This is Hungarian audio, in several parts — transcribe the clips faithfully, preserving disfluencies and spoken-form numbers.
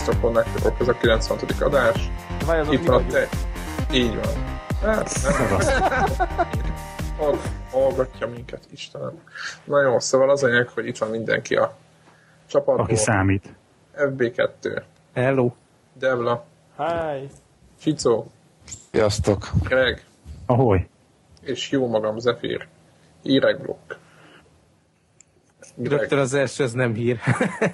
Sziasztok, honnaktok, ez a kilencvenhatodik adás. Itt van a te... Így van. Hát, nem az. Hallgatja minket, Istenem. Na jó, szóval az anyag, hogy itt van mindenki a csapatból. Aki számít. ef bé kettő. Hello. Devla. Hi. Csicó. Sziasztok. Greg. Ahoy. És jó magam, Zephyr. Hírekblokk. Rögtön az első, ez nem hír.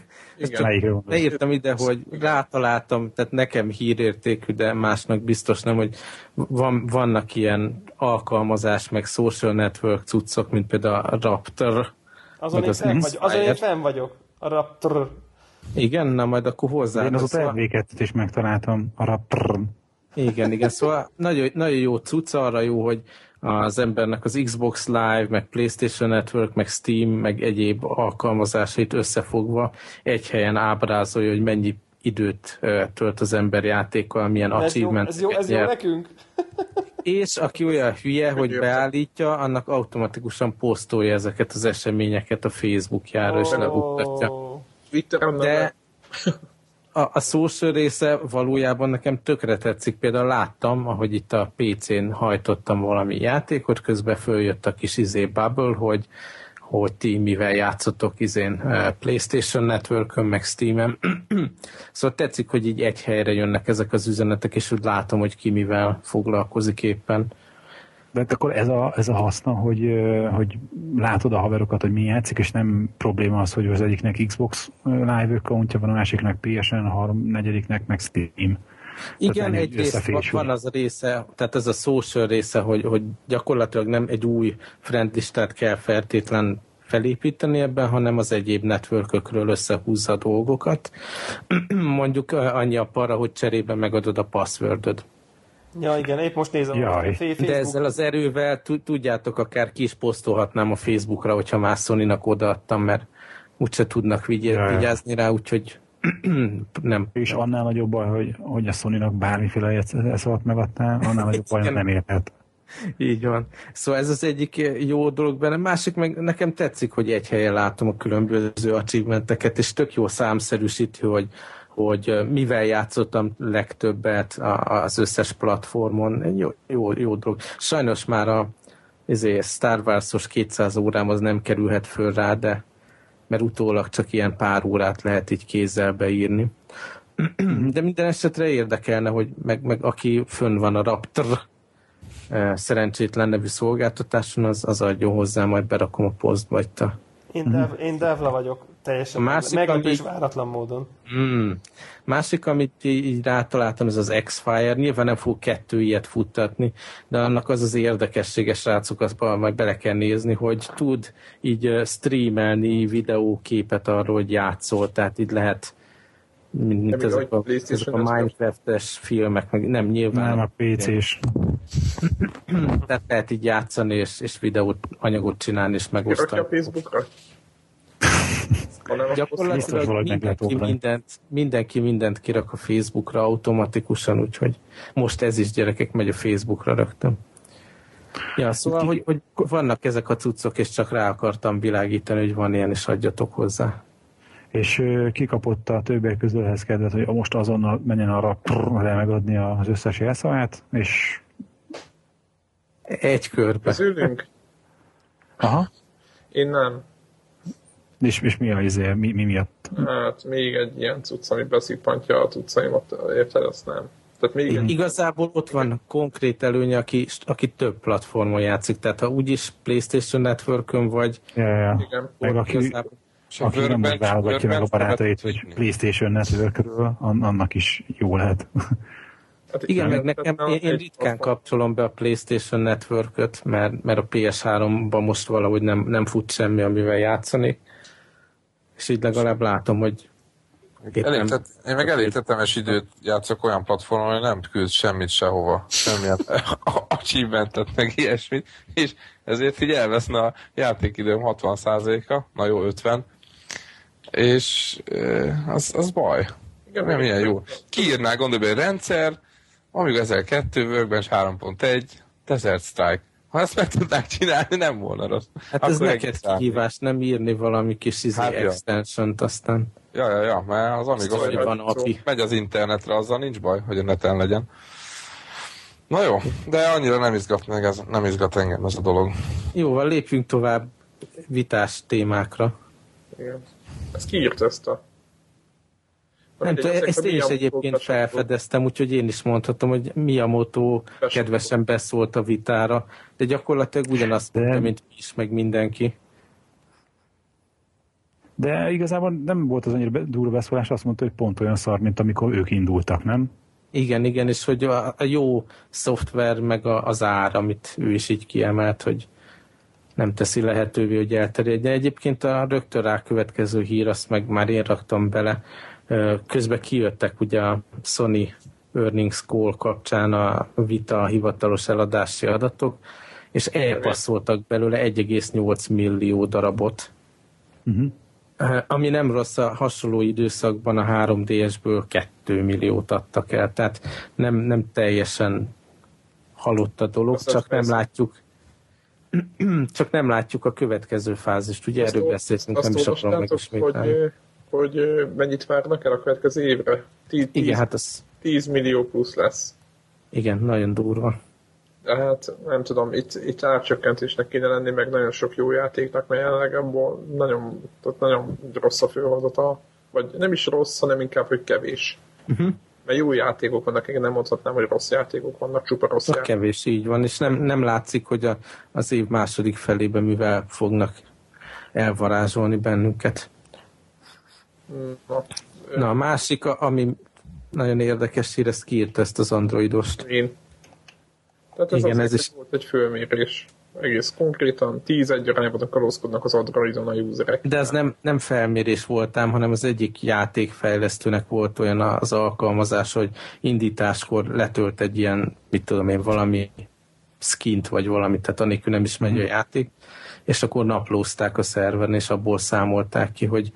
Igen. Leírtam ide, hogy rátaláltam, tehát nekem hírértékű, de másnak biztos nem, hogy van, vannak ilyen alkalmazás, meg social network cuccok, mint például a Raptor. Azon én, az fenn vagy, azon én fenn vagyok. A Raptor. Igen, na majd akkor hozzá. Én az ott ef bé kettőt is megtaláltam. A Raptor. Igen, igen, szóval nagyon, nagyon jó cucc, arra jó, hogy az embernek az Xbox Live, meg PlayStation Network, meg Steam, meg egyéb alkalmazásait összefogva egy helyen ábrázolja, hogy mennyi időt tölt az ember játékkal, milyen achievement. Ez jó, ez jó nekünk? És aki olyan hülye, hogy beállítja, annak automatikusan posztolja ezeket az eseményeket a Facebookjára, oh. és leuttatja. De a, a social része valójában nekem tökre tetszik. Például láttam, ahogy itt a pé cén hajtottam valami játékot, közben följött a kis izé bubble, hogy, hogy ti mivel játszotok izén PlayStation Networkön, meg Steamen. Szóval tetszik, hogy így egy helyre jönnek ezek az üzenetek, és úgy látom, hogy ki mivel foglalkozik éppen. De akkor ez a, ez a haszna, hogy, hogy látod a haverokat, hogy mi játszik, és nem probléma az, hogy az egyiknek Xbox Live accountja van, a másiknak pé es en, a harm, negyediknek meg Steam. Igen, egyrészt van az a része, tehát ez a social része, hogy, hogy gyakorlatilag nem egy új friendlistát kell feltétlen felépíteni ebben, hanem az egyéb networkökről összehúzza a dolgokat. Mondjuk annyi a para, hogy cserébe megadod a passwordöd. Ja, igen, épp most nézem. Jaj. A Facebook. De ezzel az erővel tudjátok, akár ki is posztolhatnám a Facebookra, hogyha már Sony-nak odaadtam, mert úgyse tudnak vigyázni rá, úgyhogy nem. És annál nagyobb baj, hogy, hogy a Sony-nak bármiféle eszalt megadtál, annál nagyobb baj, nem érhet. Így van. Szóval ez az egyik jó dolog benne. Másik meg nekem tetszik, hogy egy helyen látom a különböző achievementeket, és tök jó számszerűsítő, hogy hogy mivel játszottam legtöbbet az összes platformon. Jó, jó, jó dolog. Sajnos már a ezért Star Wars-os kétszáz órám az nem kerülhet föl rá, de mert utólag csak ilyen pár órát lehet így kézzel beírni. De minden esetre érdekelne, hogy meg, meg aki fönn van a Raptor szerencsétlen nevű szolgáltatáson, az, az adjon hozzá, majd berakom a posztba itt a... Én, dev, én devla vagyok. Teljesen meglepés váratlan módon. Mm. Másik, amit így, így rátaláltam, ez az X-Fire. Nyilván nem fog kettő ilyet futtatni, de annak az az érdekessége, srácok, azt majd bele kell nézni, hogy tud így streamelni videóképet arról, hogy játszol, tehát így lehet mint, mint ezek, a, ezek a Minecraft-es filmek, meg nem nyilván. Nem a pé cés. Tehát lehet így játszani, és, és videót, anyagot csinálni, és megosztani. A Facebookra? Gyakorlatilag mindenki mindent, mindenki mindent kirak a Facebookra automatikusan, úgyhogy most ez is, gyerekek, megy a Facebookra rögtön. Ja, szóval, hogy, hogy vannak ezek a cuccok, és csak rá akartam világítani, hogy van ilyen, és adjatok hozzá. És kikapott a többiek közül ehhez kedvet, hogy most azonnal menjen arra le megadni az összes jelszavát, és egy körbe. Ülünk? Aha. Én nem. És, és mi a izé, mi, mi miatt? Hát még egy ilyen cucc, ami beszippantja a cuccaimat, érted, azt nem. Tehát még egy... Igazából ott van konkrét előnye, aki, aki több platformon játszik, tehát ha úgyis PlayStation Networkön vagy, ja, ja. Igen. Meg aki, igazából... aki nem úgy válogatja meg a barátait, hogy PlayStation Networkről, annak is jó lehet. Hát igen, meg nekem, én, én ritkán kapcsolom be a PlayStation Networköt, mert, mert a pé es háromban most valahogy nem, nem fut semmi, amivel játszani. És így legalább látom, hogy Elég, én meg elég tetemes időt játszok olyan platformon, hogy nem küld semmit sehova. Semmilyen achievementet, meg ilyesmit. És ezért így elveszne a játékidőm hatvan százaléka, na jó, ötven. És az, az baj. Igen, nem ilyen jó. Kiírnál, gondolj be, egy rendszer, amíg ezzel kettő, Workbench három pont egy, Desert Strike. Ha ezt meg tudnák csinálni, nem volna rossz. Hát ez neked kihívás, nem írni valami kis izé hát extension-t aztán. Ja, ja, ja, mert az Amiga van api. Megy az internetre, azzal nincs baj, hogy a neten legyen. Na jó, de annyira nem izgat meg ez, nem izgat engem ez a dolog. Jó, lépjünk tovább vitás témákra. Igen. Ezt ki írt ezt a... Nem tudom, ezt én is egyébként felfedeztem, úgyhogy én is mondhatom, hogy Miyamoto kedvesen beszólt a vitára, de gyakorlatilag ugyanazt mondta, mint mi is, meg mindenki. De igazából nem volt az annyira durva beszólás, azt mondta, hogy pont olyan szar, mint amikor ők indultak, nem? Igen, igen, és hogy a, a jó szoftver, meg a, az ár, amit ő is így kiemelt, hogy nem teszi lehetővé, hogy elterjedjen. Egyébként a rögtön rá következő hír, azt meg már én raktam bele, közben kijöttek ugye a Sony Earnings Call kapcsán a vita, a hivatalos eladási adatok, és elpasszoltak belőle egy egész nyolc millió darabot. Uh-huh. Ami nem rossz, a hasonló időszakban a három dé es-ből két milliót adtak el, tehát nem, nem teljesen halott a dolog, azt csak nem látjuk csak nem látjuk a következő fázist, ugye azt erről beszéltünk, nem is akarom megismételni. Hogy, hogy mennyit várnak el a következő évre? tíz, igen, hát az... tíz millió plusz lesz. Igen, nagyon durva. De hát nem tudom, itt, itt árcsökkentésnek kéne lenni, meg nagyon sok jó játéknak, mert jelenleg abból nagyon, nagyon rossz a főhozata, vagy nem is rossz, hanem inkább, hogy kevés. Uh-huh. Mert jó játékok vannak, én nem mondhatnám, hogy rossz játékok vannak, csupa rossz játékok. Kevés, így van, és nem, nem látszik, hogy a, az év második felében mivel fognak elvarázsolni bennünket. Na, Na a másik, ami nagyon érdekes hír, ezt kiírta ezt az androidost. Én. Tehát ez, igen, ez is volt egy fölmérés. Egész konkrétan tíz-egy arányban kalózkodnak az Androidon a userek. De ez nem, nem felmérés voltám, hanem az egyik játékfejlesztőnek volt olyan az alkalmazás, hogy indításkor letölt egy ilyen, mit tudom én, valami skint vagy valamit, tehát anélkül nem is megy a játék, és akkor naplózták a szerveren, és abból számolták ki, hogy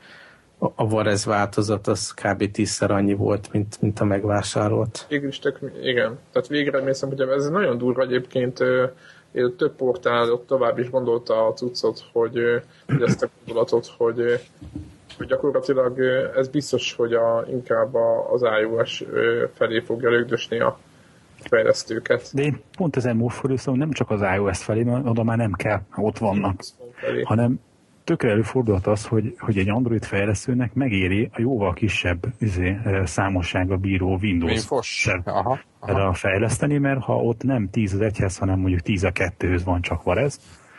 a Varez változat az kb. tízszer annyi volt, mint, mint a megvásárolt. Végül tök, igen. Tehát végre mészem, hogy ez nagyon durva egyébként. Több portál ott tovább is gondolta a cuccot, hogy, hogy ezt a gondolatot, hogy, hogy gyakorlatilag ez biztos, hogy a, inkább az iOS felé fogja lögdösni a fejlesztőket. De én pont ezen morfordulszom, nem csak az iOS felé, mert oda már nem kell, ott vannak, hanem tökre előfordulhat az, hogy, hogy egy Android fejlesztőnek megéri a jóval kisebb izé, számossága bíró Windows erre fejleszteni, mert ha ott nem tíz az egyhez, hanem mondjuk tíz a kettőhöz van csak Varez,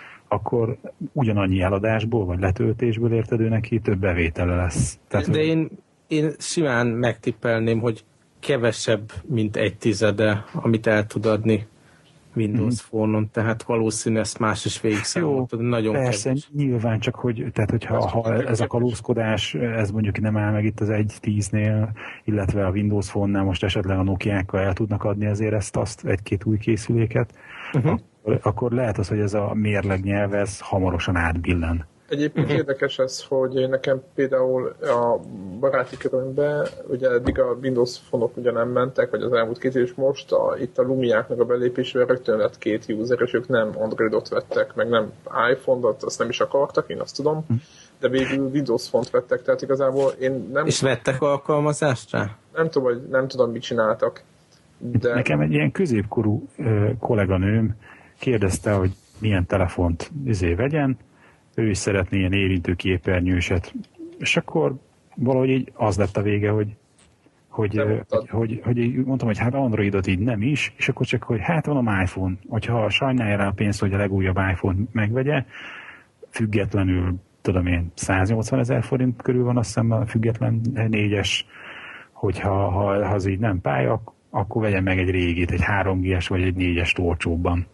akkor ugyanannyi eladásból vagy letöltésből érted ő neki több bevétele lesz. Tehát, de én, én simán megtippelném, hogy kevesebb, mint egy tizede, amit el tud adni Windows mm. Phone-on, tehát valószínű ezt más is végig számoltad, nagyon persze, kevés. Nyilván csak, hogy, tehát, hogyha ha ez a kalózkodás, ez mondjuk nem áll meg itt az egy tíznél, illetve a Windows Phone-nál most esetleg a Nokiákkal el tudnak adni azért ezt, azt, egy-két új készüléket, uh-huh. akkor, akkor lehet az, hogy ez a mérleg nyelv, ez hamarosan átbillen. Egyébként uh-huh. érdekes ez, hogy nekem például a baráti körömben, ugye eddig a Windows Phone-ok ugye nem mentek, vagy az elmúlt két év, és most a, itt a Lumiáknak a belépésével rögtön lett két user, és ők nem Androidot vettek, meg nem iPhone-ot, azt nem is akartak, én azt tudom, de végül Windows Phone-t vettek, tehát igazából én nem... És vettek alkalmazást rá? Nem tudom, hogy nem tudom, mit csináltak. De... Nekem egy ilyen középkorú ö, kolléganőm kérdezte, hogy milyen telefont izé vegyen, ő is szeretné ilyen érintőképernyőset. És akkor valahogy így az lett a vége, hogy, hogy, hogy, hogy, hogy mondtam, hogy hát Androidot így nem is, és akkor csak, hogy hát van a iPhone. Hogyha sajnálja rá a pénzt, hogy a legújabb iPhone megvegye, függetlenül, tudom én, száznyolcvan ezer forint körül van, azt hiszem a független négyes, hogyha ha, ha az így nem pálya, akkor vegyen meg egy régit, egy három gés vagy egy négyes olcsóbban.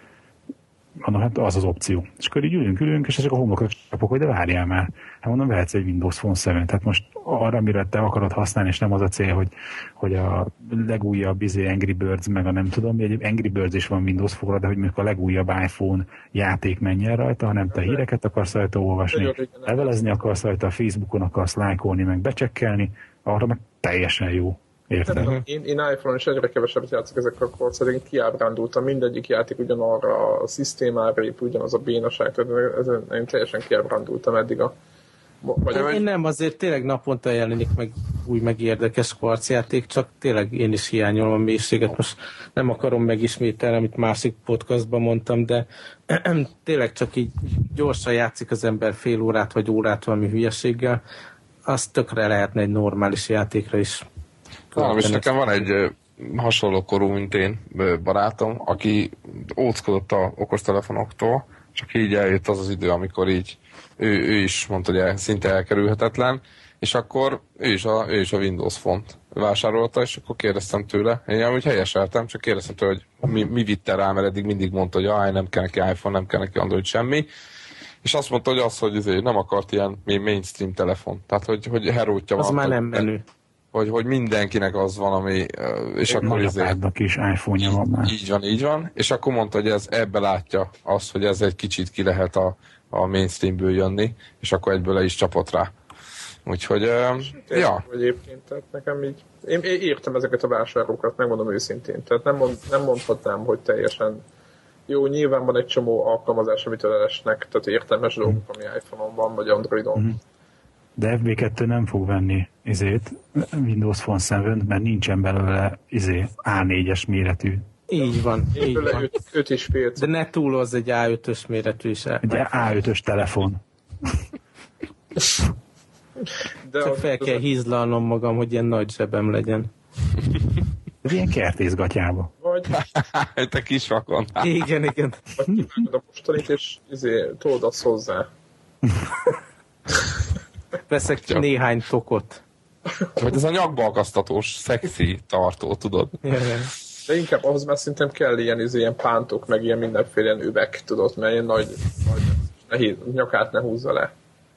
Mondom, hát az az opció. És akkor így ülünk, ülünk, és ezek a homlokok csapok, hogy de várjál már. Hát mondom, vehetsz egy Windows Phone seven. Tehát most arra, amire te akarod használni, és nem az a cél, hogy, hogy a legújabb izé Angry Birds, meg a nem tudom, egy Angry Birds is van Windows Phone-ra, de hogy mondjuk a legújabb iPhone játék menjen rajta, hanem te híreket akarsz rajta olvasni, levelezni akarsz rajta, a Facebookon akarsz lájkolni, meg becsekkelni, arra meg teljesen jó. Értem. Én, én iPhone-on is egyre kevesebbet játszok ezekkel a korszerűen, kiábrándultam, mindegyik játék ugyanarra a szisztémára épül, ugyanaz a bénaság, tehát ezen, én teljesen kiábrándultam eddig a... Vagy... Én nem, azért tényleg naponta jelenik meg új meg érdekes kvarcjáték, csak tényleg én is hiányolom a mélységet. Most nem akarom megismételni, amit másik podcastban mondtam, de tényleg csak így gyorsan játszik az ember fél órát vagy órát valami hülyeséggel, az tökre lehetne egy normális játékra is. Nálam is nekem van egy hasonló korú, mint én barátom, aki óckodott a okostelefonoktól, csak így eljött az az idő, amikor így ő, ő is mondta, hogy el, szinte elkerülhetetlen, és akkor ő is a, ő is a Windows Phone-t vásárolta, és akkor kérdeztem tőle, én amúgy helyeseltem, csak kérdeztem tőle, hogy mi, mi vitte rá, mert eddig mindig mondta, hogy ah, nem kell neki iPhone, nem kell neki Android, semmi, és azt mondta, hogy az, hogy azért nem akart ilyen mainstream telefon, tehát hogy, hogy herótja van. Az már nem menő. Hogy, hogy mindenkinek az van, ami... És Én akkor nagyapádnak is iPhone-ja van már. Így van, így van. És akkor mondta, hogy ez ebbe látja azt, hogy ez egy kicsit ki lehet a, a mainstreamből jönni, és akkor egyből le is csapott rá. Úgyhogy, uh, ja. Egyébként, tehát nekem így... Én, én írtam ezeket a vásárlókat, megmondom őszintén. Tehát nem, mond, nem mondhatnám, hogy teljesen... Jó, nyilván van egy csomó alkalmazás, amitől elesnek, tehát értelmes mm. dolgok, ami iPhone-on van, vagy Androidon. Mm. De ef bé kettő nem fog venni izét, Windows Phone hetet, mert nincsen belőle izé á négyes méretű. Így van, így van. öt, öt és fél. De ne túlozz egy á ötös méretű is. Egy á ötös telefon. De csak fel kell hízlalnom magam, hogy ilyen nagy zsebem legyen. Ez ilyen kertészgatyába. Vagy... Te kis vakon. Igen, igen. Vagy kivágod a postalit, és izé, tolod azt hozzá. Veszek csak néhány tokot. Vagy ez a nyakbalkasztatós, szexi tartó, tudod? Igen. De inkább ahhoz már szerintem kell ilyen, izé, ilyen pántok, meg ilyen mindenféle ilyen üveg, tudod, mert ilyen nagy, nagy nehéz, nyakát ne húzza le.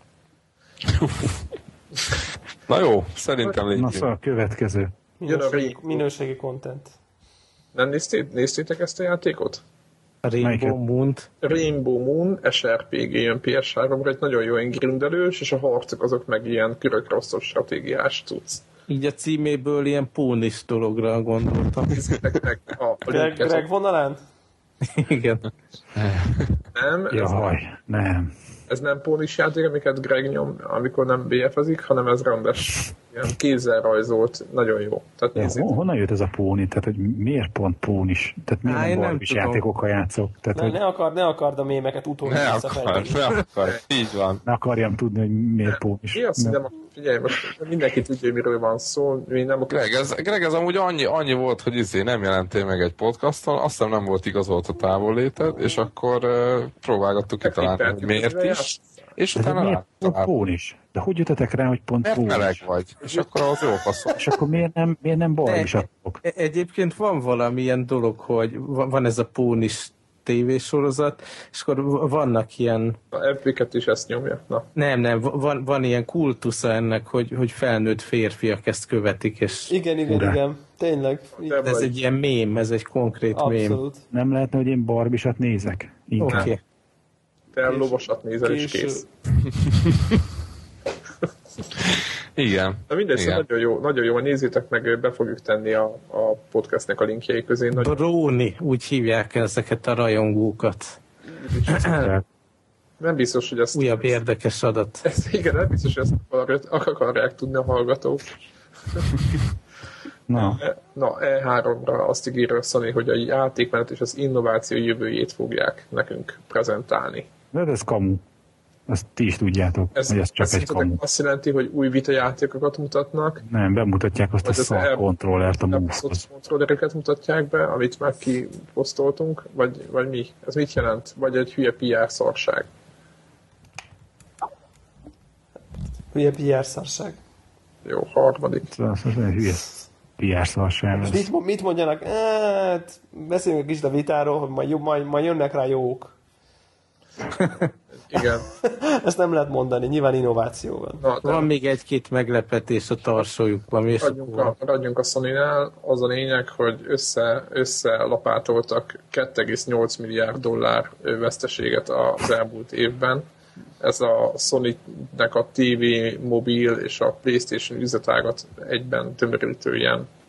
Na jó, szerintem lényeg. Na szóval a következő. Minőségi, minőségi content. Nem néztét, néztétek ezt a játékot? A Rainbow Moon. Rainbow Moon, es er pé gé jön pé es háromra, egy nagyon jó ilyen grindelős, és a harcok azok meg ilyen körökrosztos stratégiás tudsz. Így a címéből ilyen pónis dologra gondoltam. a Greg, Greg vonalán? Igen. Nem. Jaj, nem. Ez nem pónis játék, amiket Greg nyom, amikor nem bé ef-ezik, hanem ez rendes, ilyen kézzel rajzolt, nagyon jó. Tehát ja, honnan jött ez a póni? Tehát, hogy miért pont pónis? Tehát miért Á, nem Barbie játékokkal játszok? Tehát, ne, hogy... ne, akar, ne akard a mémeket utólag ne akar, ne akar, így van. Ne akarjam tudni, hogy miért pónis. Én azt hiszem, figyelj, most mindenki tudja, hogy miről van szó. Mi nem akar... Greg, ez, Greg, ez amúgy annyi, annyi volt, hogy izé nem jelentél meg egy podcaston, azt hiszem nem volt igazolt a távolléted, és akkor uh, próbálgattuk kitalálni, hogy miért is. És de utána miért pont pónis? De hogy jöttetek rá, hogy pont mert pónis? Mert meleg vagy, és akkor az jó faszol. És akkor miért nem, miért nem barbisattok? Egyébként van valamilyen dolog, hogy van ez a pónis tévésorozat, és akkor vannak ilyen... A ef bé kettő is ezt nyomja. Na. Nem, nem, van, van ilyen kultusza ennek, hogy, hogy felnőtt férfiak ezt követik, és... Igen, igen, Ura. igen. Tényleg. Ez vagy. Egy ilyen mém, ez egy konkrét Abszolút. mém. Nem lehetne, hogy én barbisat nézek? Oké. Okay. Te a lovasat nézel, és kész. Igen. De mindegy, szóval nagyon jó, nagyon jó, nézzétek meg, be fogjuk tenni a, a podcastnek a linkjei közé. Nagyon... Bróni, úgy hívják ezeket a rajongókat. Nem biztos, hogy ezt... Újabb érdekes adat. Ezt, igen, nem biztos, hogy ezt akarják, akarják tudni a hallgatók. Na. Na, E háromra azt ígér a Sony, hogy a játékmenet és az innováció jövőjét fogják nekünk prezentálni. De ez kamu. Azt ti is tudjátok, ez, hogy ez csak egy kamu. Azt jelenti, hogy új vitajátékokat mutatnak. Nem, bemutatják azt a szakkontrollert a múlthoz. Kontrollereket mutatják be, amit már kiposztoltunk, vagy, vagy mi? Ez mit jelent? Vagy egy hülye pé er szarság? Hülye pé er szarság. Jó, harmadik. Ez az olyan hülye pé er szarság. Mit, mit mondjanak? Hát, beszéljünk egy kicsit a vitáról, hogy majd, majd, majd jönnek rá jók. Igen. Ezt nem lehet mondani, nyilván innováció van. Na, van még egy-két meglepetés a tarsójukban. Maradjunk a, maradjunk a Sony-nál. Az a lényeg, hogy össze, összelapátoltak két egész nyolc milliárd dollár veszteséget az elmúlt évben. Ez a Sony-nek a té vé, mobil és a PlayStation üzletágat egyben tömörítő ilyen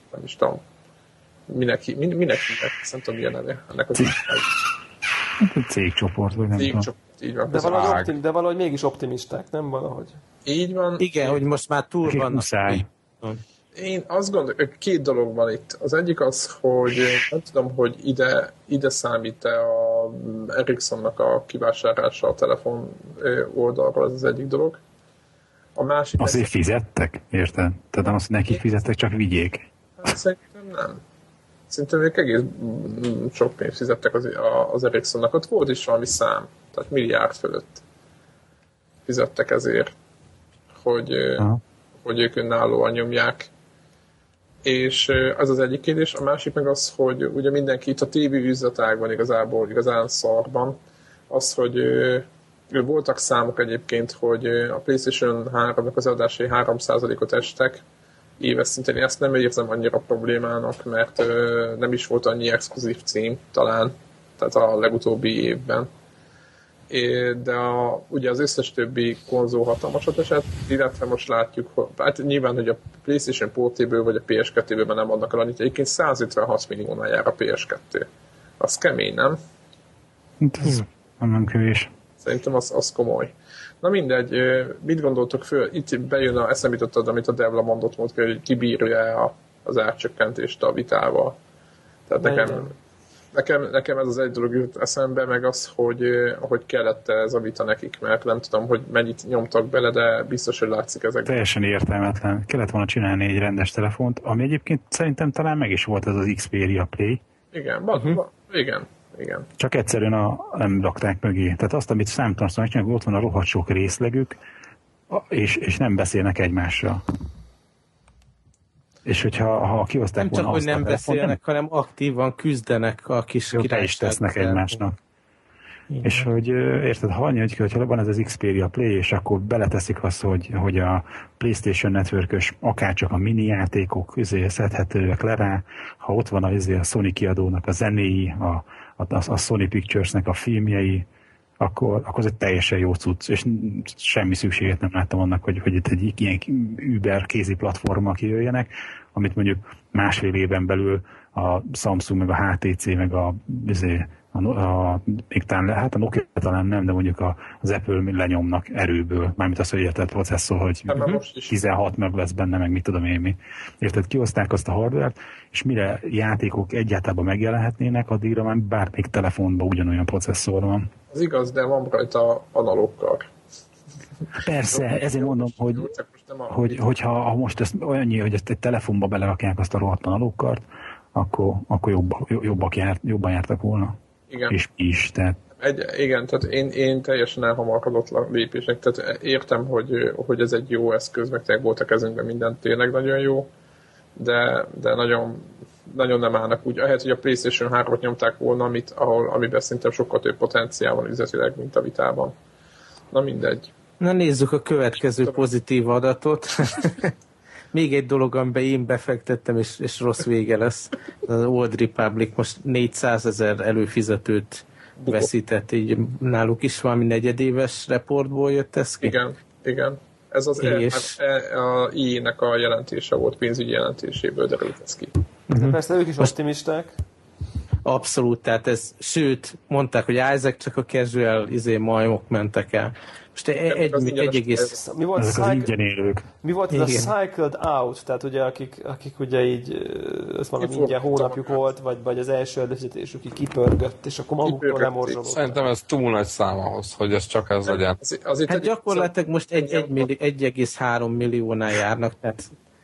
nem is tudom, minek, minek, minek, nem tudom, mi a neve ennek az cégcsoport, vagy nem tudom. Így van, de, valahogy optim, de valahogy mégis optimisták, nem valahogy? Így van. Igen, én, hogy most már túl vannak. Én azt gondolom, két dolog van itt. Az egyik az, hogy nem tudom, hogy ide, ide számít-e a Ericssonnak a kivásárlása a telefon oldalról, ez az egyik dolog. A másik... Azért ez... fizettek, érted? Tehát nem azt, hogy nekik fizettek, csak vigyék. Hát, szerintem nem. Szerintem ők egész sok pénzt fizettek az, az Ericssonnak. Ott volt is valami szám, tehát milliárd fölött fizettek ezért, hogy, hogy ők önállóan nyomják. És ez az egyik kérdés. A másik meg az, hogy ugye mindenki itt a té vé üzletágban igazából igazán szarban, az, hogy voltak számok egyébként, hogy a PlayStation háromnak az adásai három százalékot estek éves szinten. Én ezt nem érzem annyira problémának, mert nem is volt annyi exkluzív cím talán, tehát a legutóbbi évben. De a, ugye az összes többi konzol hatalmasat esett, illetve most látjuk, hogy hát nyilván, hogy a PlayStation Portable vagy a pé es kettőben nem adnak el annyit, egyébként százötvenhat milliónál jár a pé es kettő. Az kemény, nem? Ez nem kevés. Szerintem az, az komoly. Na mindegy, mit gondoltok föl? Itt bejön a, eszembe jutottad, amit a Devla mondott volt, hogy kibírja az árcsökkentést a vitával. Tehát nekem, nekem, nekem ez az egy dolog jut eszembe, meg az, hogy, hogy kellett ez a vita nekik, mert nem tudom, hogy mennyit nyomtak bele, de biztos, hogy látszik ezek. Teljesen értelmetlen. Kellett volna csinálni egy rendes telefont, ami egyébként szerintem talán meg is volt ez az Xperia Play. Igen, van, uh-huh. van, igen. Igen. Csak egyszerűen a, nem rakták mögé. Tehát azt, amit számtalanszor megcsinálnak, ott van a rohadt sok részlegük, és, és nem beszélnek egymással. És hogyha ha kihozták nem volna csak, hogy nem beszélnek, nem... hanem aktívan küzdenek a kis királysággal. is tesznek egymásnak. Igen. És hogy érted, ha annyi, hogy, hogyha van ez az Xperia Play, és akkor beleteszik azt, hogy, hogy a PlayStation Network-ös akárcsak a mini játékok szedhetőek le rá, ha ott van a, a Sony kiadónak a zenéi, a, a, a Sony Pictures-nek a filmjei, akkor, akkor az egy teljesen jó cucc, és semmi szükséget nem láttam annak, hogy, hogy itt egy ilyen Uber kézi platformmal kijöjjenek, amit mondjuk másfél éven belül a Samsung, meg a há té cé, meg a, a, a, még talán, hát a Nokia talán nem, de mondjuk a, az Apple lenyomnak erőből, mármint az, hogy érted processzor, hogy tizenhat meg lesz benne, meg mit tudom én mi. Érted, kihozták azt a hardware-t, és mire játékok egyáltalán megjelenhetnének, addigra már bármelyik telefonban ugyanolyan processzor van. Az igaz, de van rajta analókkal. Persze, ezért mondom, hogy, hogy, hogyha ha most ezt olyannyyi, hogy ezt egy telefonba belerakják azt a rohadt analókkart, akkor, akkor jobb, jobbak járt, jobban jártak volna. Igen. És is, tehát... Egy, igen, tehát én, én teljesen elhamarkodott lépések, tehát értem, hogy, hogy ez egy jó eszköz, meg tényleg volt a kezünkben minden tényleg nagyon jó, de, de nagyon, nagyon nem állnak úgy. Ahelyett, hogy a PlayStation hármat nyomták volna, amit, ahol, amiben szerintem sokkal több potenciál van üzletileg, mint a vitában. Na mindegy. Na nézzük a következő pozitív adatot. Még egy dolog, amiben én befektettem, és, és rossz vége lesz. Az Old Republic most négyszázezer előfizetőt veszített, így náluk is valami negyedéves reportból jött ez ki? Igen, igen. Ez az és... e, e, a i é-nek a jelentése volt, pénzügyi jelentéséből derült ez ki. Uh-huh. Persze ők is optimisták. Abszolút, tehát ez, sőt, mondták, hogy Isaac csak a casual izé, majmok mentek el. Most egy, egy, egy egész... Mi volt, ezek az ingyen élők. Mi volt ez a cycled out, tehát ugye akik, akik ugye így, ez valami ingyen hónapjuk volt, vagy, vagy az első előfizetésük így kipörgött, és akkor maguktól lemorzsolódtak. Szerintem ez túl nagy szám ahhoz, hogy ez csak ez legyen. Az, az hát gyakorlatilag most egy egész három milliónál járnak, tehát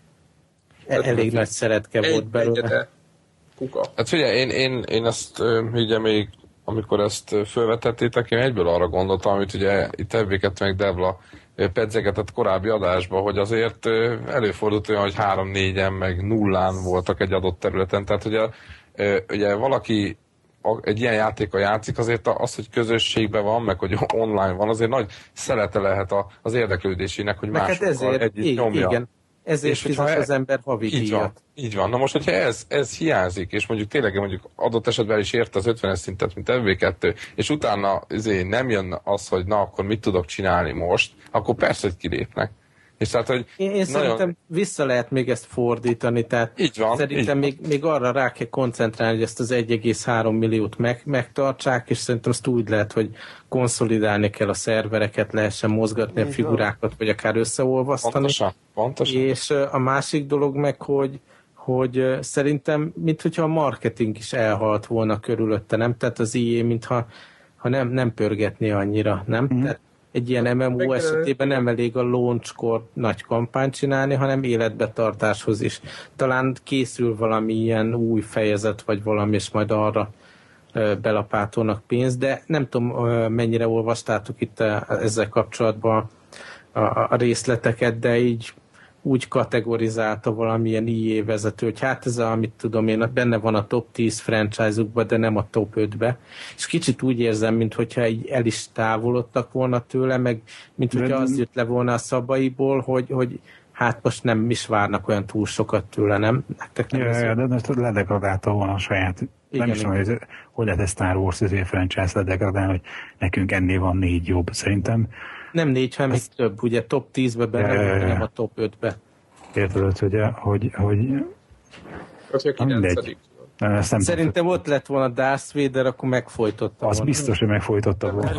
elég nagy szeretke volt belőle. Kuka. Hát figyelj, én, én, én ezt ugye még, amikor ezt felvetettétek, én egyből arra gondoltam, amit ugye itt Ebbéket meg Devla pedzegetett korábbi adásban, hogy azért előfordult olyan, hogy három-négyen meg nullán voltak egy adott területen, tehát ugye, ugye valaki egy ilyen játékkal játszik, azért az, hogy közösségben van, meg hogy online van, azért nagy szelete lehet az érdeklődésének, hogy másokkal együtt nyomja. Igen. Ezért fizet az ember havi díjat. Így van, így van. Na most, hogyha ez, ez hiányzik, és mondjuk tényleg mondjuk adott esetben is érte az ötvenes szintet, mint em vé kettő, és utána azért nem jön az, hogy na, akkor mit tudok csinálni most, akkor persze, hogy kilépnek. És tehát, hogy én, én nagyon... szerintem vissza lehet még ezt fordítani, tehát így van, szerintem így még, még arra rá kell koncentrálni, hogy ezt az egy egész három milliót meg, megtartsák, és szerintem azt úgy lehet, hogy konszolidálni kell a szervereket, lehessen mozgatni így a figurákat, van. Vagy akár összeolvasztani. Pontosan, pontosan. És a másik dolog meg, hogy hogy szerintem, minthogyha a marketing is elhalt volna körülötte, nem? Tehát az í á, mintha ha nem, nem pörgetné annyira, nem? Mm. Tehát egy ilyen em em o esetében nem elég a launchkor nagy kampányt csinálni, hanem életbetartáshoz is. Talán készül valami ilyen új fejezet, vagy valami, és majd arra belapátolnak pénzt, de nem tudom, mennyire olvastátok itt ezzel kapcsolatban a, a részleteket, de így úgy kategorizálta valamilyen í á vezető, hogy hát ez a, amit tudom én, benne van a top tíz franchise-ukban, de nem a top ötbe. És kicsit úgy érzem, mintha így el is távolodtak volna tőle, meg mintha az jött le volna a szabaiból, hogy, hogy hát most nem is várnak olyan túl sokat tőle, nem? Nektek nem ja, ja, de most ledegradálta volna a saját. Igen, nem is tudom, hogy, hogy lehet ez Star Wars franchise ledegradálni, hogy nekünk ennél van négy jobb. Szerintem nem négy, hanem még több, ugye top tízbe benne, ja, ja, ja. Nem a top ötbe. Érted, hogy, hogy, hogy mindegy. Szerintem ott lett volna Darth Vader, akkor megfojtotta az volna. Biztos, hogy megfojtotta volna.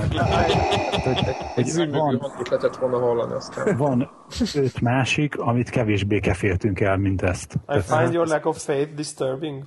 van, lehetett volna hallani aztán. Van öt másik, amit kevésbé keféltünk el, mint ezt. I Tehát find your lack of faith disturbing.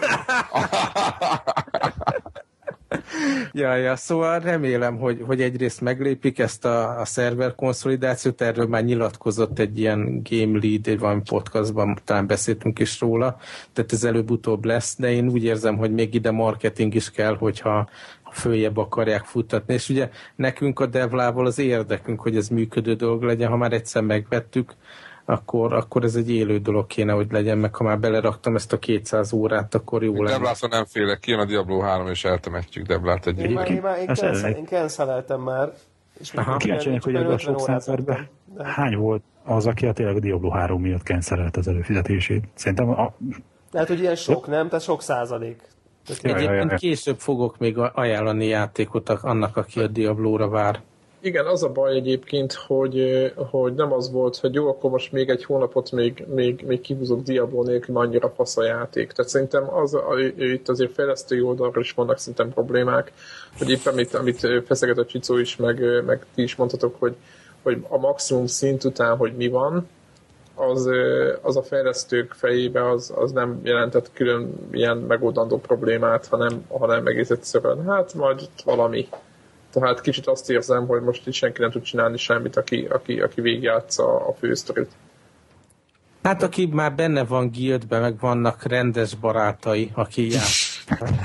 Ja, ja, szóval remélem, hogy, hogy egyrészt meglépik ezt a, a szerver konszolidációt, erről már nyilatkozott egy ilyen Game Lead, egy valami podcastban, talán beszéltünk is róla, tehát ez előbb-utóbb lesz, de én úgy érzem, hogy még ide marketing is kell, hogyha följebb akarják futtatni, és ugye nekünk a Devlával az érdekünk, hogy ez működő dolog legyen, ha már egyszer megvettük, Akkor, akkor ez egy élő dolog kéne, hogy legyen, meg ha már beleraktam ezt a kétszáz órát, akkor jó lenne. Deblától nem félek, kijön a Diablo három, és eltemetjük Deblát egy Én már, én már én, én canceleltem már. Kíváncsiak, hogy ebből a sok százszerben hány volt az, aki a tényleg a Diablo három miatt cancelelt az előfizetését? Szerintem a... Lehet, hogy ilyen sok, nem? Tehát sok százalék. Egyébként később fogok még ajánlani játékot annak, aki a Diablóra vár. Igen, az a baj egyébként, hogy, hogy nem az volt, hogy jó, akkor most még egy hónapot még, még, még kihúzok Diablo nélkül, annyira fasz a játék. Tehát szerintem az, itt azért fejlesztői oldalról is vannak szerintem problémák, hogy éppen amit, amit feszeget a Csicó is, meg, meg ti is mondhatok, hogy, hogy a maximum szint után, hogy mi van, az, az a fejlesztők fejébe az, az nem jelentett külön ilyen megoldandó problémát, hanem, hanem egész egyszerűen, hát majd valami. Tehát kicsit azt érzem, hogy most itt senki nem tud csinálni semmit, aki, aki, aki végigjátsza a fősztorit. Hát aki már benne van guildben, meg vannak rendes barátai, aki játsz.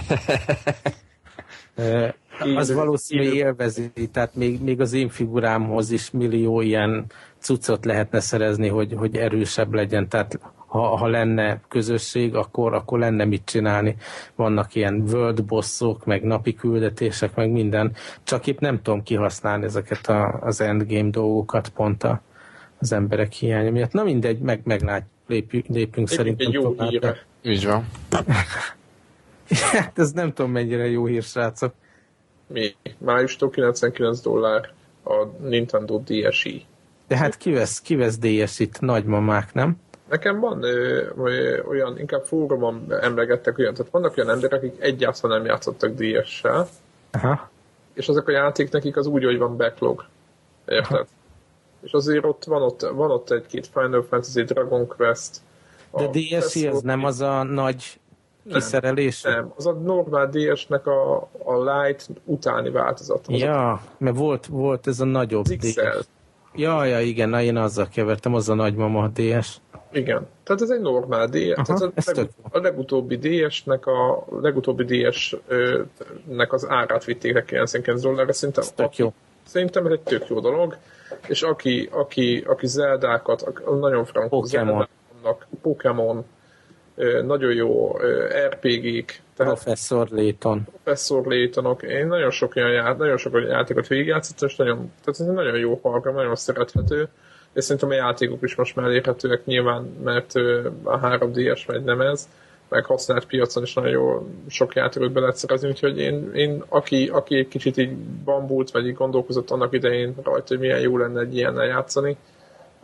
az valószínűleg élvezi, tehát még, még az én figurámhoz is millió ilyen cuccot lehetne szerezni, hogy, hogy erősebb legyen. Tehát ha, ha lenne közösség, akkor, akkor lenne mit csinálni. Vannak ilyen world bossok, meg napi küldetések, meg minden. Csak épp nem tudom kihasználni ezeket a, az endgame dolgokat pont a, az emberek hiánya miatt. Na mindegy, meg, meglátjuk, lépjünk, lépünk Épp szerintem jó tovább. Híre. Így van. Hát ez nem tudom mennyire jó hír, srácok. Mi? Májustól kilencvenkilenc dollár a Nintendo dé es i. De hát kivesz, kivesz dé es it? Nagymamák, nem? Nekem van ö, ö, olyan, inkább fórumon emlegettek olyan, tehát vannak olyan emberek, akik egyáltalán nem játszottak dé es-sel, Aha. és azok a játék nekik az úgy, hogy van backlog. Érted? Aha. És azért ott van ott, van ott egy-két Final Fantasy, Dragon Quest. De dé es i az nem az a nagy kiszerelés? Nem, nem, az a normál dé es-nek a, a Lite utáni változat. Ja, a... mert volt, volt ez a nagyobb dé es. Ja, ja, igen, na én azzal kevertem, az a nagymama dé es. Igen, tehát ez egy normál dé es. Aha, tehát a, leg, a legutóbbi dé es-nek a legutóbbi dé es-nek az árát vitték le kilencvenkilenc dollárra. Szerintem, tök jó. Szerintem ez egy tök jó dolog, és aki, aki, aki Zeldákat, nagyon frankó Zeldák vannak, Pokémon, nagyon jó er pé gé-k. Professor Layton. Professor Laytonok. Én nagyon sok olyan ját, nagyon sok olyan játékot végigjátszottam, és nagyon, tehát ez egy nagyon jó program, nagyon szerethető, és szerintem a játékok is most már elérhetőek nyilván, mert a három dé es megy, nem ez, meg használt piacon is nagyon jó sok játékot be lehet szerezni, úgyhogy én, én aki, aki egy kicsit így bambult, vagy így gondolkozott annak idején rajta, hogy milyen jó lenne egy ilyennel játszani,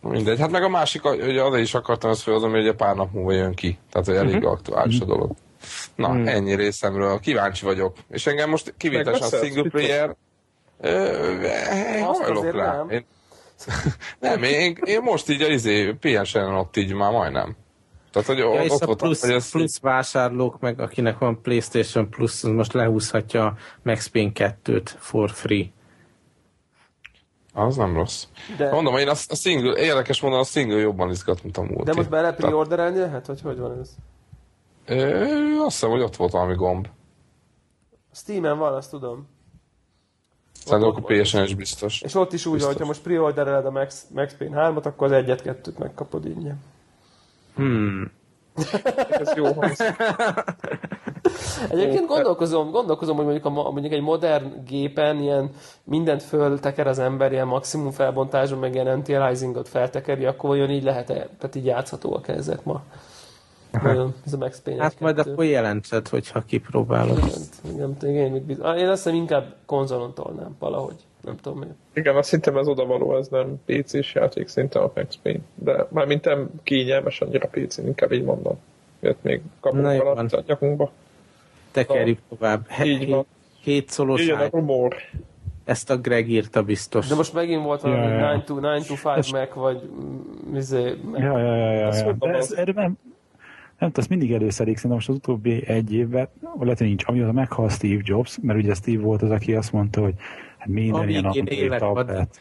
Mindegy, hát meg a másik, hogy azért is akartam ezt felhozni, hogy egy pár nap múlva jön ki. Tehát, hogy elég uh-huh. aktuális a dolog. Na, uh-huh. ennyi részemről. Kíváncsi vagyok. És engem most kivételesen a single player hajlok rá. Nem, én, nem én, én most így a izé, pé es en ott így már majdnem. Tehát, hogy ja, ott, és ott a volt, plusz, hogy ez... plusz vásárlók, meg akinek van PlayStation Plus, az most lehúzhatja Max Payne kettőt for free. Az nem rossz. De... Mondom, én a, a single, érdekes mondom, a single jobban izgat, mint a múlt. De most bele pre-orderelni lehet, hogy hogy van ez? Ö, azt hiszem, hogy ott volt valami gomb. Steamen van, azt tudom. Szerintem a pé es en is biztos. És ott is úgy, hogy ha most pre-ordereled a Max, Max Payne hármat, akkor az egyet-kettőt megkapod ingyen. Hmm. Ez jó hangzik. Egyébként gondolkozom, gondolkozom, hogy mondjuk, a, mondjuk egy modern gépen ilyen mindent fölteker az ember, ilyen maximum felbontásban, meg ilyen anti-aliasingot feltekeri, akkor olyan így lehet-e, tehát így játszhatóak ezek ma. Nagyon, ez a Max Payne hát majd akkor jelentsed, hogyha kipróbálod. Igen, igen, én, én azt hiszem inkább konzolon tolnám valahogy. Nem tudom miért. Igen, azt hiszem ez odavaló, ez nem pé cés játék szinte a Max Payne. De mármint nem kényelmes annyira pé cén, inkább így mondom. Jött még kapunk valamit a nyakunkba. Tekerjük tovább. Hét szolos rumor. Ezt a Greg írta biztos. De most megint volt valami ja, ja. nine to five Mac, vagy mizé... Ja, ja, ja, ja, ja. De ez, erre nem, nem tudom, mindig előszedik, szerintem most az utóbbi egy évben, lehet, hogy nincs, amióta meghal Steve Jobs, mert ugye Steve volt az, aki azt mondta, hogy hát minden ilyen Android tablet.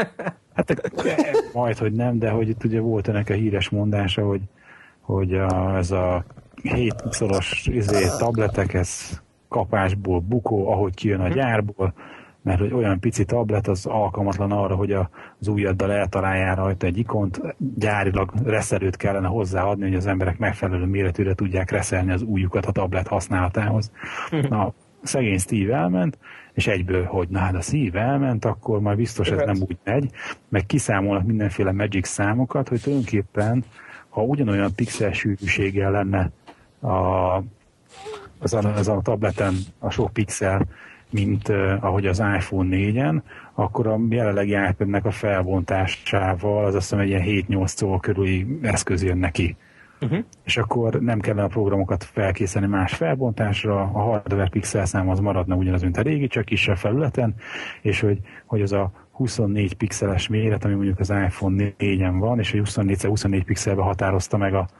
Hát majd, hogy nem, de hogy itt ugye volt ennek a híres mondása, hogy, hogy a, ez a hétszoros izé, tabletek, ez kapásból bukó, ahogy kijön a gyárból, mert hogy olyan pici tablet az alkalmatlan arra, hogy az ujjaddal eltaláljál rajta egy ikont, gyárilag reszelőt kellene hozzáadni, hogy az emberek megfelelő méretűre tudják reszelni az ujjukat a tablet használatához. Na, szegény Steve elment, és egyből, hogy na hát a Steve elment, akkor már biztos ez nem úgy megy, meg kiszámolnak mindenféle magic számokat, hogy tulajdonképpen, ha ugyanolyan pixel sűrűséggel lenne a, az, a, az a tableten a sok pixel, mint uh, ahogy az iPhone négyen, akkor a jelenlegi iPad-nek a felbontásával az azt hiszem egy ilyen hét-nyolc szó körüli eszköz jön neki. Uh-huh. És akkor nem kellene a programokat felkészíteni más felbontásra, a hardware pixel szám az maradna ugyanaz, mint a régi, csak kisebb felületen, és hogy, hogy az a huszonnégy pixeles méret, ami mondjuk az iPhone négyen van, és hogy huszonnégy huszonnégy pixelbe határozta meg a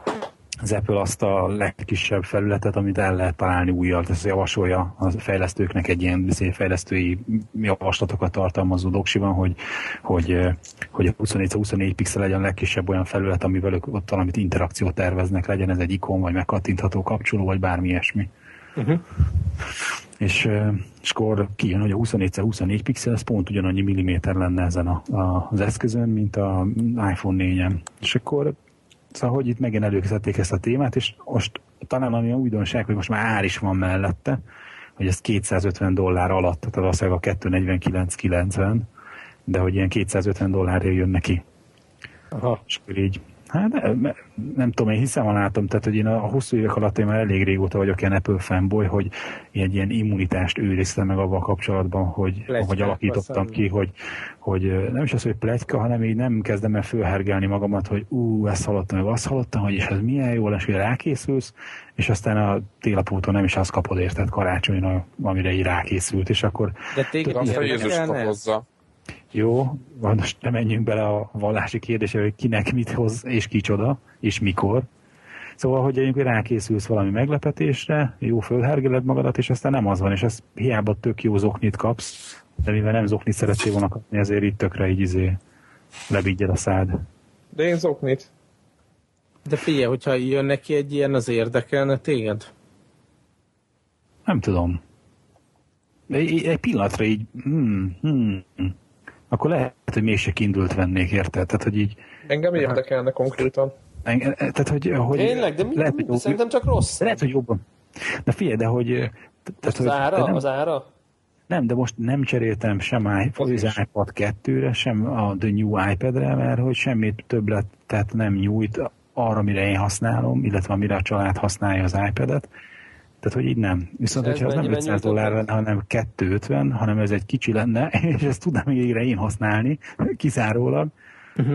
az Apple azt a legkisebb felületet, amit el lehet találni újjal. Ez javasolja a fejlesztőknek egy ilyen fejlesztői javaslatokat tartalmazó doksiban, hogy, hogy, hogy a huszonnégy huszonnégy pixel legyen a legkisebb olyan felület, amivel ők ott valamit interakciót terveznek, legyen ez egy ikon, vagy megkattintható kapcsoló, vagy bármi ilyesmi. Uh-huh. És, és akkor kijön, hogy a huszonnégy huszonnégy pixel, ez pont ugyanannyi milliméter lenne ezen a, a, az eszközön, mint a iPhone négyen. És akkor szóval, hogy itt megint előkezdték ezt a témát, és most talán ami a újdonság, hogy most már ár is van mellette, hogy ez kétszázötven dollár alatt, tehát valószínűleg a kétszáznegyvenkilenc kilencven, de hogy ilyen kétszázötven dollárért jön neki. Aha. És akkor így, hát nem, nem tudom, én hiszem, ha látom, tehát hogy én a hosszú évek alatt én már elég régóta vagyok ilyen Apple fanboy, hogy egy ilyen immunitást őriztem meg avval kapcsolatban, hogy ahogy alakítottam ki, hogy, hogy nem is az, hogy pletyka, hanem így nem kezdem el fölhergelni magamat, hogy ú, ezt hallottam, meg azt hallottam, hogy és ez milyen jó lesz, hogy rákészülsz, és aztán a télapóton nem is azt kapod, érted, karácsonyra, amire így rákészült, és akkor... De téged azt a Jézus hozza. Jó, most nem menjünk bele a vallási kérdésre, hogy kinek mit hoz, és kicsoda, és mikor. Szóval, hogy egyébként rákészülsz valami meglepetésre, jó fölhergeled magadat, és aztán nem az van, és ez hiába tök jó zoknit kapsz, de mivel nem zoknit szeretnél volna kapni, ezért itt tökre így izé levigyed a szád. De én zoknit. De figyelj, hogyha jön neki egy ilyen, az érdekelne téged? Nem tudom. Egy, egy pillanatra így hmm, hmm, akkor lehet, hogy mégse kiindult vennék, érted? Tehát, hogy így... Engem érdekelne konkrétan. Engem, tehát, hogy... hogy tényleg? De mi, lehet, hogy jobb, szerintem csak rossz. Lehet, hogy jobban. De figyelj, de hogy... Tehát, az hogy, ára? nem, az ára? Nem, de most nem cseréltem sem az iPad kettőre, sem a The New iPad-re, mert hogy semmit többlet, tehát nem nyújt arra, mire én használom, illetve amire a család használja az iPad-et. Tehát, hogy így nem. Viszont, ez hogyha az nem ötszáz dollár lenne, hanem kétszázötven, hanem ez egy kicsi lenne, és ezt tudnám végre én használni, kizárólag, uh-huh.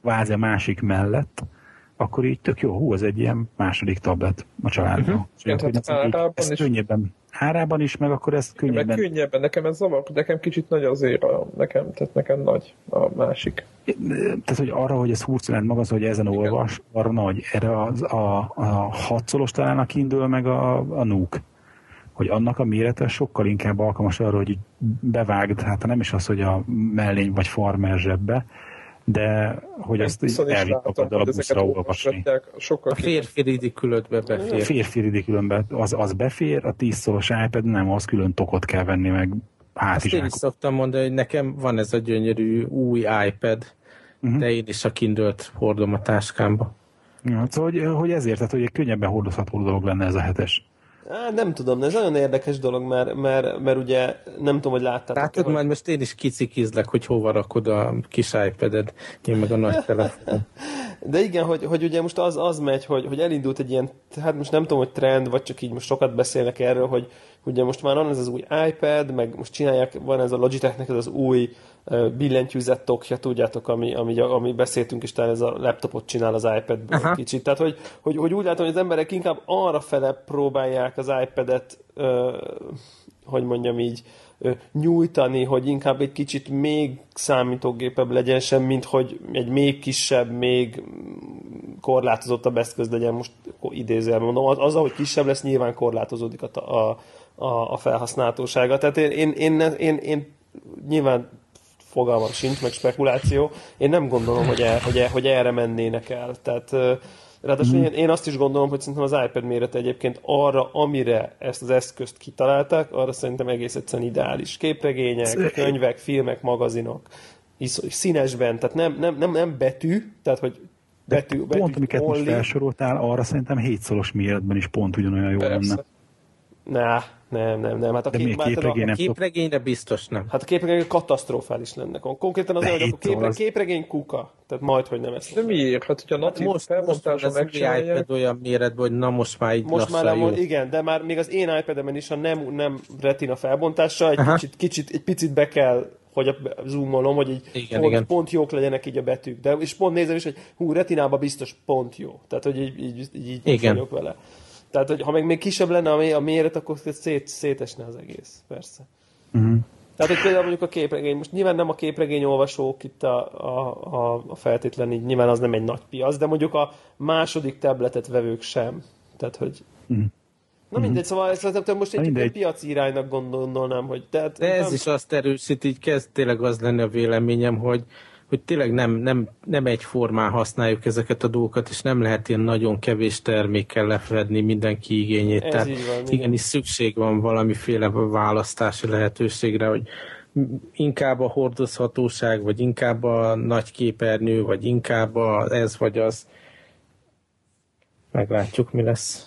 kvázi a másik mellett, akkor így tök jó, hú, ez egy ilyen második tablet a családban. Uh-huh. Ja, tehát árában ez is. Könnyebben, árában is, meg akkor ez könnyebben. Meg könnyebben, nekem ez zavar, nekem kicsit nagy azért, a, nekem, tehát nekem nagy a másik. Tehát, hogy arra, hogy ez húsz jelent maga, az, hogy ezen olvas, arra nagy, erre az, a, a hatszolos talán a Kindle, meg a, a Nook. Hogy annak a mérete sokkal inkább alkalmas arra, hogy bevágd, hát nem is az, hogy a mellény vagy farmer zsebbe, de hogy ezt elvitt a buszra olvasni. A férfi ridikülötbe befér. A férfi ridikülönbe az, az befér, a tíz szoros iPad nem, az külön tokot kell venni, meg hátizsákot. Azt én is szoktam mondani, hogy nekem van ez a gyönyörű új iPad, uh-huh. de én is a Kindle-t hordom a táskámba. Ja, szóval, hogy, hogy ezért, tehát, hogy egy könnyebben hordozható dolog lenne ez a hetes. Á, nem tudom, ez nagyon érdekes dolog, mert, mert, mert ugye nem tudom, hogy láttátok. Látod, hogy... majd most én is kicikizlek, hogy hova rakod a kis iPad-ed, én meg a nagy telefon. De igen, hogy, hogy ugye most az, az megy, hogy, hogy elindult egy ilyen, hát most nem tudom, hogy trend, vagy csak így most sokat beszélnek erről, hogy ugye most már van ez az új iPad, meg most csinálják, van ez a Logitechnek ez az új uh, billentyűzet tokja, tudjátok, ami, ami, ami beszéltünk is, talán ez a laptopot csinál az iPadből uh-huh. kicsit. Tehát, hogy, hogy, hogy úgy látom, hogy az emberek inkább arra fele próbálják az iPadet, uh, hogy mondjam így, uh, nyújtani, hogy inkább egy kicsit még számítógépebb legyen sem, mint hogy egy még kisebb, még korlátozottabb eszköz legyen, most idézőjelben mondom. Az, az, ahogy kisebb lesz, nyilván korlátozódik a, a a, a felhasználhatósága. Tehát én, én, én, én, én nyilván fogalmam sincs, meg spekuláció, én nem gondolom, hogy, el, hogy, el, hogy erre mennének el. Tehát ráadásul mm. én, én azt is gondolom, hogy szerintem az iPad mérete egyébként arra, amire ezt az eszközt kitalálták, arra szerintem egész egyszerűen ideális. Képregények, könyvek, filmek, magazinok, színesben, tehát nem, nem, nem, nem betű, tehát hogy betű, betű pont, amiket most felsoroltál, arra szerintem hétszoros méretben is pont ugyanolyan jó Persze. lenne. Nah, nem, nem, nem. Hát a, kép, képregény a képregényre biztos nem. Hát a képregény katasztrofális lenne. Konkrétan az, hogy a képre, az... képregény kuka. Tehát majd, hogy nem ezt. De miért? Hát, hogyha hát most, most az iPad olyan méretben, hogy na most már így most már nem, jó. Igen, de már még az én iPad-emen is, ha nem, nem retina felbontással, egy kicsit, kicsit, egy picit be kell, hogy zoomolom, hogy így igen, pont, igen. pont jók legyenek így a betűk. De, és pont nézem is, hogy hú, retinában biztos pont jó. Tehát, hogy így, így, így, így vagyok vele. Tehát, hogy ha meg még kisebb lenne a méret, akkor szét, szétesne az egész, persze. Uh-huh. Tehát, hogy például mondjuk a képregény, most nyilván nem a képregény olvasók itt a, a, a, a feltétlen, így nyilván az nem egy nagy piac, de mondjuk a második tabletet vevők sem. Tehát, hogy... Uh-huh. Na mindegy, szóval ezt most egy, egy piaci iránynak gondolnám, hogy... Tehát, de ez nem... is azt erősít, így kezd tényleg az lenni a véleményem, hogy hogy tényleg nem, nem, nem egyformán használjuk ezeket a dolgokat, és nem lehet ilyen nagyon kevés termékkel lefedni mindenki igényét. Ez Tehát van, igenis szükség van valamiféle választási lehetőségre, hogy inkább a hordozhatóság, vagy inkább a nagy képernyő, vagy inkább a ez vagy az. Meglátjuk, mi lesz.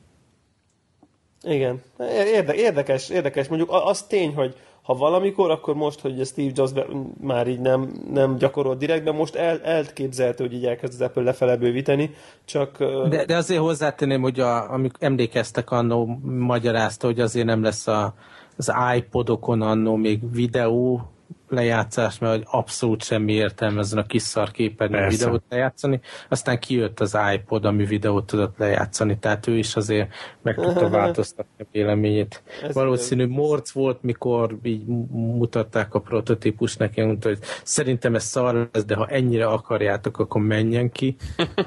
Igen. Érde, érdekes, érdekes. Mondjuk az tény, hogy ha valamikor, akkor most, hogy Steve Jobs már így nem, nem gyakorol direktben, most el, elképzelhető, hogy így elkezd az Apple lefele bővíteni, csak... De, de azért hozzátenném, hogy a, amik emlékeztek annó, magyarázta, hogy azért nem lesz a, az iPodokon annó még videó lejátszás, mert abszolút semmi értelme ezen a kis szar képernyőn videót lejátszani. Aztán kijött az iPod, ami videót tudott lejátszani, tehát ő is azért meg tudta változtatni a véleményét. Ez valószínű morc volt, mikor így mutatták a prototípus neki, mondta, hogy szerintem ez szar lesz, de ha ennyire akarjátok, akkor menjen ki.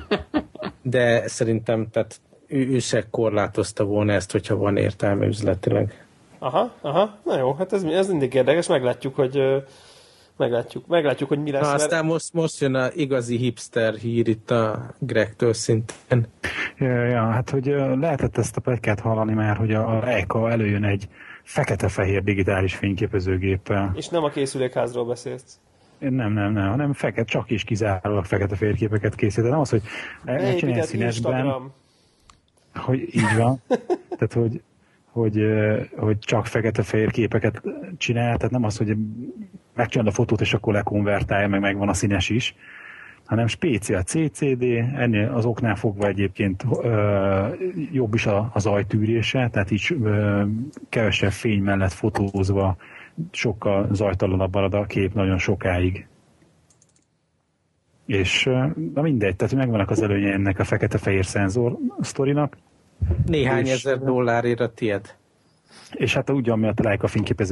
De szerintem tehát ő, ő se korlátozta volna ezt, hogyha van értelme üzletileg. Aha, aha, na jó, hát ez, ez mindig érdekes, meglátjuk, hogy meglátjuk, meglátjuk, hogy mi lesz. Na, aztán mert... most, most jön a igazi hipster hír itt a Gregtől szintén. Ja, ja, hát hogy lehetett ezt a pletykát hallani már, hogy a Leica előjön egy fekete-fehér digitális fényképezőgéppel. És nem a készülékházról beszélsz. Nem, nem, nem, hanem fekete, csak is kizárólag fekete fényképeket készít. Nem az, hogy csinálj színesben, hogy így van. Tehát, hogy Hogy, hogy csak fekete-fehér képeket csinál, tehát nem az, hogy megcsinálod a fotót, és akkor lekonvertálja, meg megvan a színes is, hanem speciál cé cé dé, ennél az oknál fogva egyébként ö, jobb is az ajtűrése, tehát így ö, kevesebb fény mellett fotózva sokkal zajtalanabb marad a kép nagyon sokáig. És na mindegy, tehát megvannak az előnye ennek a fekete-fehér szenzor sztorinak. Néhány és, ezer dollárért a tied. És hát úgy, ami a Leica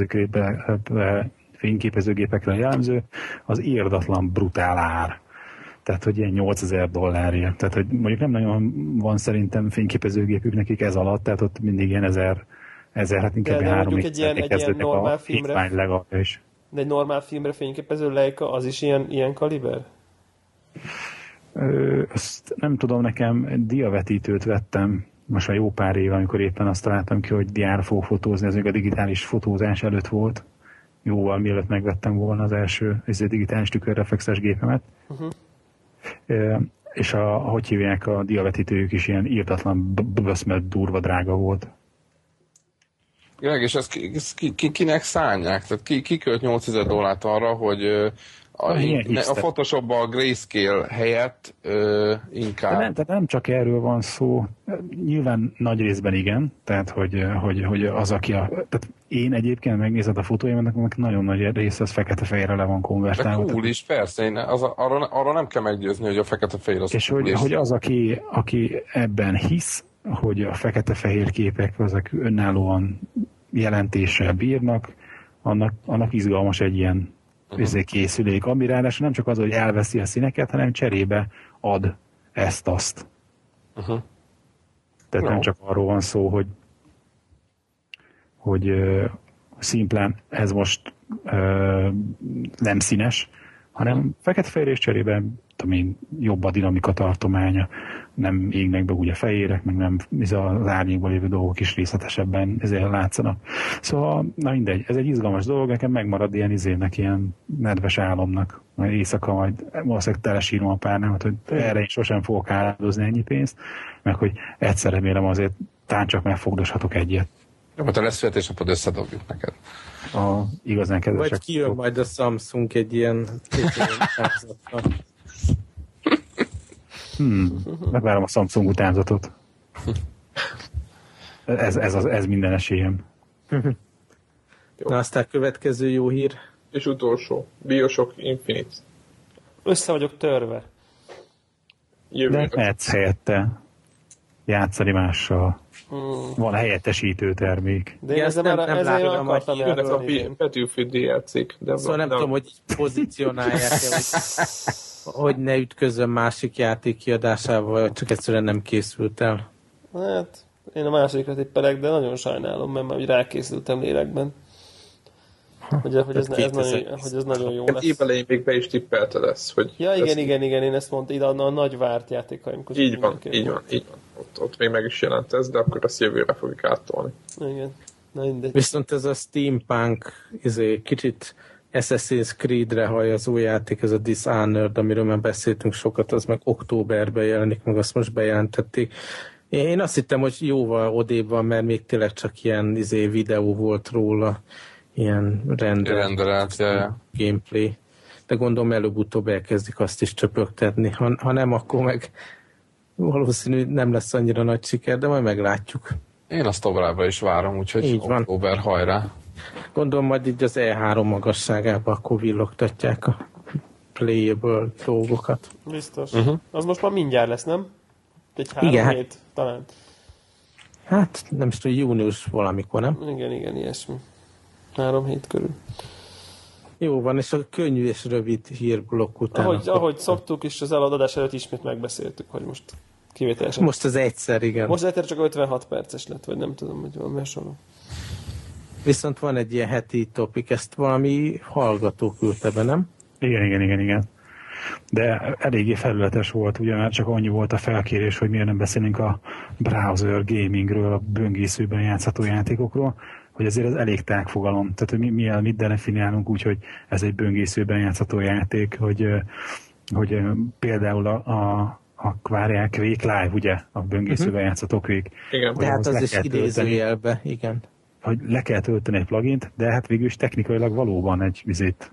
fényképezőgépekre jellemző, az írdatlan brutál ár. Tehát, hogy ilyen nyolcezer dollárért. Tehát, hogy mondjuk nem nagyon van szerintem fényképezőgépük nekik ez alatt, tehát ott mindig ilyen ezer, ezer hát inkább három egy ilyen, egy ilyen normál filmre, is. De egy normál filmre fényképező Leica, az is ilyen, ilyen kaliber? Ö, azt nem tudom, nekem diavetítőt vettem most már jó pár év, amikor éppen azt találtam ki, hogy diára fogok fotózni, ez még a digitális fotózás előtt volt. Jóval mielőtt megvettem volna az első ezért digitális tükörreflexes gépemet. Uh-huh. E, és a, hogy hívják, a diavetítőjük is ilyen írtatlan, böszmet durva drága volt. Ja, és ezt ki, ki, ki, kinek szánják? Tehát ki, ki költ nyolcezer dollárt arra, hogy a, ne, a Photoshopban a grayscale helyett ö, inkább... De nem, tehát nem csak erről van szó, nyilván nagy részben igen, tehát hogy, hogy, hogy az, aki a... Tehát én egyébként megnézed a fotóimat, nagyon nagy része az fekete-fehérre le van konvertálva. De cool is, persze, én az, arra, arra nem kell meggyőzni, hogy a fekete-fehér az és cool hogy, hogy az, aki, aki ebben hisz, hogy a fekete-fehér képek azok önállóan jelentéssel bírnak, annak, annak izgalmas egy ilyen uh-huh. készülék, ami ráadásul nem csak az, hogy elveszi a színeket, hanem cserébe ad ezt-azt. Uh-huh. Tehát no. nem csak arról van szó, hogy hogy uh, szimplán ez most uh, nem színes, hanem uh-huh. fekete-fehér és cserébe tudom én, jobb a dinamika tartománya, nem égnek be úgy a fehérek, meg nem az árnyékban lévő dolgok is részletesebben ezért látszanak. Szóval, na mindegy, ez egy izgalmas dolog, nekem megmarad ilyen izének, ilyen nedves álomnak. Majd éjszaka majd valószínűleg telesírom a párnámat, hogy erre én sosem fogok áldozni ennyi pénzt, meg hogy egyszer remélem azért tán csak megfogdoshatok egyet. Ja, mert a lesz születésnapod összedobjuk neked. A igazán kedvesek. Vagy kijön majd a Samsung egy ilyen tárgyzattal. Hmm, megvárom a Samsung utánzatot. Ez, ez, az, ez minden esélyem. Na aztán következő jó hír. És utolsó. Bioshock Infinite. Össze vagyok törve. Jövő. De mehetsz helyette játszani mással. Hmm. Van helyettesítő termék. De én ezzel nem, nem, nem látom, hogy jönnek a Battlefield dé el cé-k. Szóval nem, nem tudom, hogy pozícionálják-e, hogy, hogy ne ütközön másik játék kiadásával, csak egyszerűen nem készült el. Hát, én a másikra tippelek, de nagyon sajnálom, mert már rákészültem lélekben. Hogy, hogy, ez, ez nagyon, hogy ez nagyon jó lesz. Év elején még be is tippelte lesz. Hogy ja, igen, lesz igen, igen, én ezt mondtam, ide a, a nagy várt játékaim között. Így van, így van, így van. Ott, ott még meg is jelent ez, de akkor azt jövőre fogjuk áttolni. Igen. Na, mindegy. Viszont ez a steampunk, izé, kicsit Assassin's Creed-re hajazó játék, ez a Dishonored, amiről már beszéltünk sokat, az meg októberben jelenik, meg azt most bejelentették. Én azt hittem, hogy jóval odébb van, mert még tényleg csak ilyen izé, videó volt róla, ilyen renderelt gameplay. De gondolom előbb-utóbb elkezdik azt is csöpögtetni. Ha, ha nem, akkor meg valószínű nem lesz annyira nagy siker, de majd meglátjuk. Én azt továbbra is várom, úgyhogy így október van. Hajrá. Gondolom majd így az E három magasságában akkor villogtatják a playable dolgokat. Biztos. Uh-huh. Az most már mindjárt lesz, nem? Egy három igen, hét hát, talán. Hát nem is tudom, június valamikor, nem? Igen, igen, ilyesmi. Három hét körül. Jó van, és a könnyű és rövid hírblokk után. Ahogy, ahogy szoktuk, és az eladás előtt ismét megbeszéltük, hogy most kivételesen. Most az egyszer, igen. Most egyszer csak ötvenhat perces lett, vagy nem tudom, hogy valami hasonló. Viszont van egy ilyen heti topik, ezt valami hallgató küldte be, nem? Igen, igen, igen, igen. De eléggé felületes volt, ugye már csak annyi volt a felkérés, hogy miért nem beszélünk a browser gamingről, a böngészőben játszható játékokról, hogy azért ez elég tág fogalom. Tehát, hogy mi, mi el, mit definiálunk úgy, hogy ez egy böngészőben játszható játék, hogy, hogy például a, a, a várják Quake Live, ugye, a böngészőben uh-huh. játszható Quake. Igen. De hát az is idézőjelbe, igen. Hogy le kell tölteni egy plugint, de hát végül is technikailag valóban egy vizét,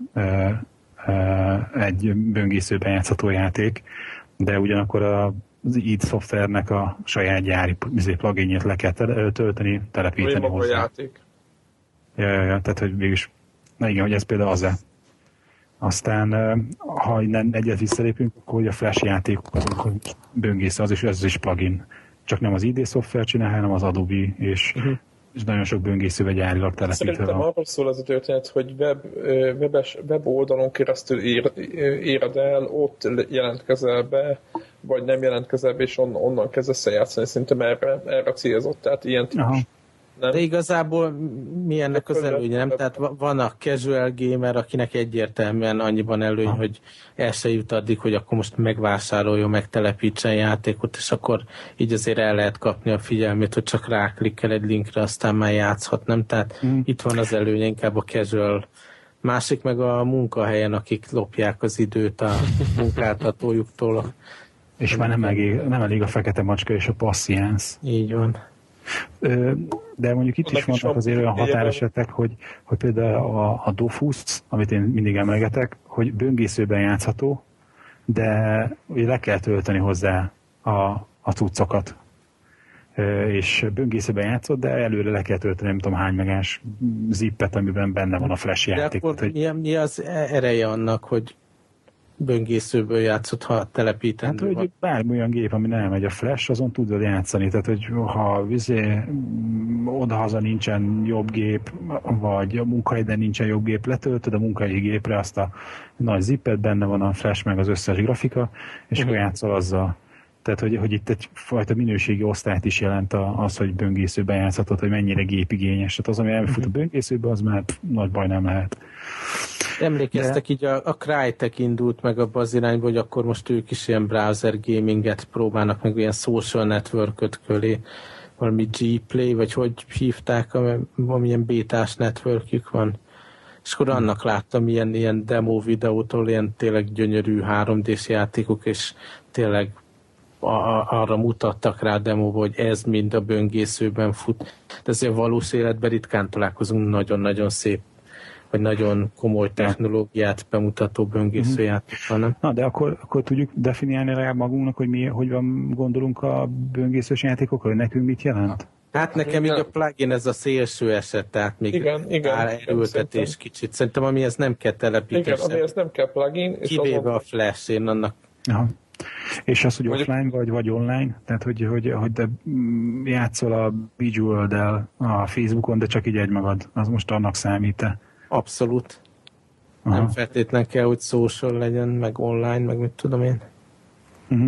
egy böngészőben játszható játék, de ugyanakkor az id Software-nek a saját gyári pluginjét le kell tölteni, telepíteni hozzá. A játék. Ja, ja, ja, tehát hogy végülis, na igen, hogy ez például az-e, Aztán, ha innen egyet visszalépünk, akkor hogy a Flash játékokon böngésze, az is, ez is plugin. Csak nem az i dé szoftver csinál, hanem az Adobe, és, uh-huh. és nagyon sok böngészőbe gyárilag telepítve. Szerintem arról szól ez a történet, hogy web, webes, web oldalon keresztül ér, éred el, ott jelentkezel be, vagy nem jelentkezel be, és on, onnan kezdesz el játszani. Szerintem erre, erre célzott, tehát ilyen típus. Nem? De igazából mi ennek az előnye, nem? Tehát van a casual gamer, akinek egyértelműen annyiban előny, ha. hogy el se jut addig, hogy akkor most megvásároljon, megtelepítsen játékot, és akkor így azért el lehet kapni a figyelmét, hogy csak ráklikkel egy linkre, aztán már játszhat, nem? Tehát mm. itt van az előnye inkább a casual. Másik meg a munkahelyen, akik lopják az időt a munkáltatójuktól. És már nem elég, nem elég a fekete macska és a passziánsz. Így van. De mondjuk itt is vannak azért olyan határesetek, hogy, hogy például a, a Dofus, amit én mindig emlegetek, hogy böngészőben játszható, de ugye le kell tölteni hozzá a, a cuccokat. És böngészőben játszott, de előre le kell tölteni, nem tudom hány megás zippet, amiben benne van a Flash játék. De akkor hogy... mi, mi az ereje annak, hogy böngészőből játszott, ha telepítendő hát, hogy bármilyen gép, ami nem megy a Flash, azon tudod játszani. Tehát, hogy ha vizé, odahaza nincsen jobb gép, vagy a munkahelyben nincsen jobb gép, letöltöd a munkahelyi gépre azt a nagy zippet, benne van a Flash meg az összes grafika, és uh-huh. akkor játszol azzal. Tehát, hogy, hogy itt egyfajta minőségi osztályt is jelent az, hogy böngészőben játszhatod, hogy mennyire gépigényes. Tehát az, ami elfut a böngészőbe, az már pff, nagy baj nem lehet. Emlékeztek, De... így a, a Crytek indult meg abba az irányba, hogy akkor most ők is ilyen browser gaminget próbálnak, meg ilyen social networköt köré, valami G-Play, vagy hogy hívták, amilyen bétás networkjük van. És akkor annak láttam ilyen, ilyen demo videótól, ilyen tényleg gyönyörű három dés játékok, és tényleg arra mutattak rá a demóba, hogy ez mind a böngészőben fut. De azért valós életben ritkán találkozunk nagyon-nagyon szép, vagy nagyon komoly technológiát bemutató böngészőjátékkal, nem? Na, de akkor, akkor tudjuk definiálni rá magunknak, hogy mi, hogy van, gondolunk a böngészős játékokról, hogy nekünk mit jelent? Hát nekem igen. Így a plugin ez a szélső eset, tehát még igen, igen, áll erőltetés kicsit. Szerintem amihez nem kell telepítés. Igen, amihez nem kell plugin. Kivéve azon... a Flash, én annak... Aha. És az, hogy vagy offline vagy, vagy online, tehát hogy, hogy, hogy te játszol a Bejeweled-del a Facebookon, de csak így egymagad, az most annak számít-e? Abszolút. Aha. Nem feltétlen kell, hogy social legyen, meg online, meg mit tudom én. Uh-huh.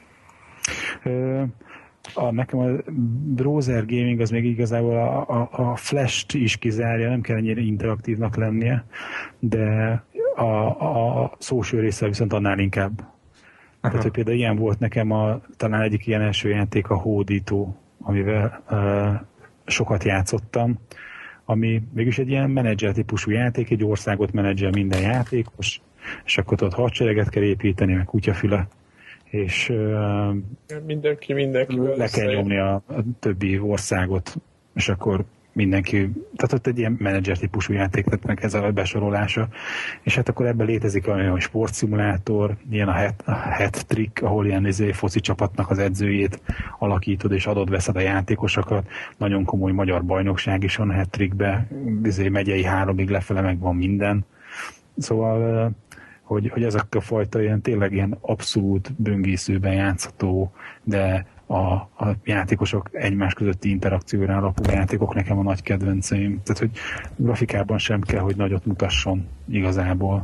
Uh, a, nekem a browser gaming az még igazából a, a, a Flash-t is kizárja, nem kell ennyire interaktívnak lennie, de a, a, a social része viszont annál inkább. Aha. Tehát, hogy például ilyen volt nekem a, talán egyik ilyen első játék a hódító, amivel uh, sokat játszottam, ami mégis egy ilyen menedzser típusú játék, egy országot menedzsel minden játékos, és akkor ott hadsereget kell építeni, meg kutyafüle, és uh, mindenki mindenki le kell nyomni a, a többi országot, és akkor mindenki, tehát ott egy ilyen menedzser típusú játék, tehát meg ez a besorolása, és hát akkor ebben létezik olyan sportszimulátor, ilyen a hat, a hat trick, ahol ilyen izé, foci csapatnak az edzőjét alakítod, és adod-veszed a játékosokat, nagyon komoly magyar bajnokság is van a hat trickbe, izé, megyei háromig lefele meg van minden, szóval hogy, hogy ezek a fajta ilyen tényleg ilyen abszolút böngészőben játszható, de A, a játékosok egymás közötti interakcióra alapuló játékok nekem a nagy kedvenceim. Tehát, hogy grafikában sem kell, hogy nagyot mutasson igazából.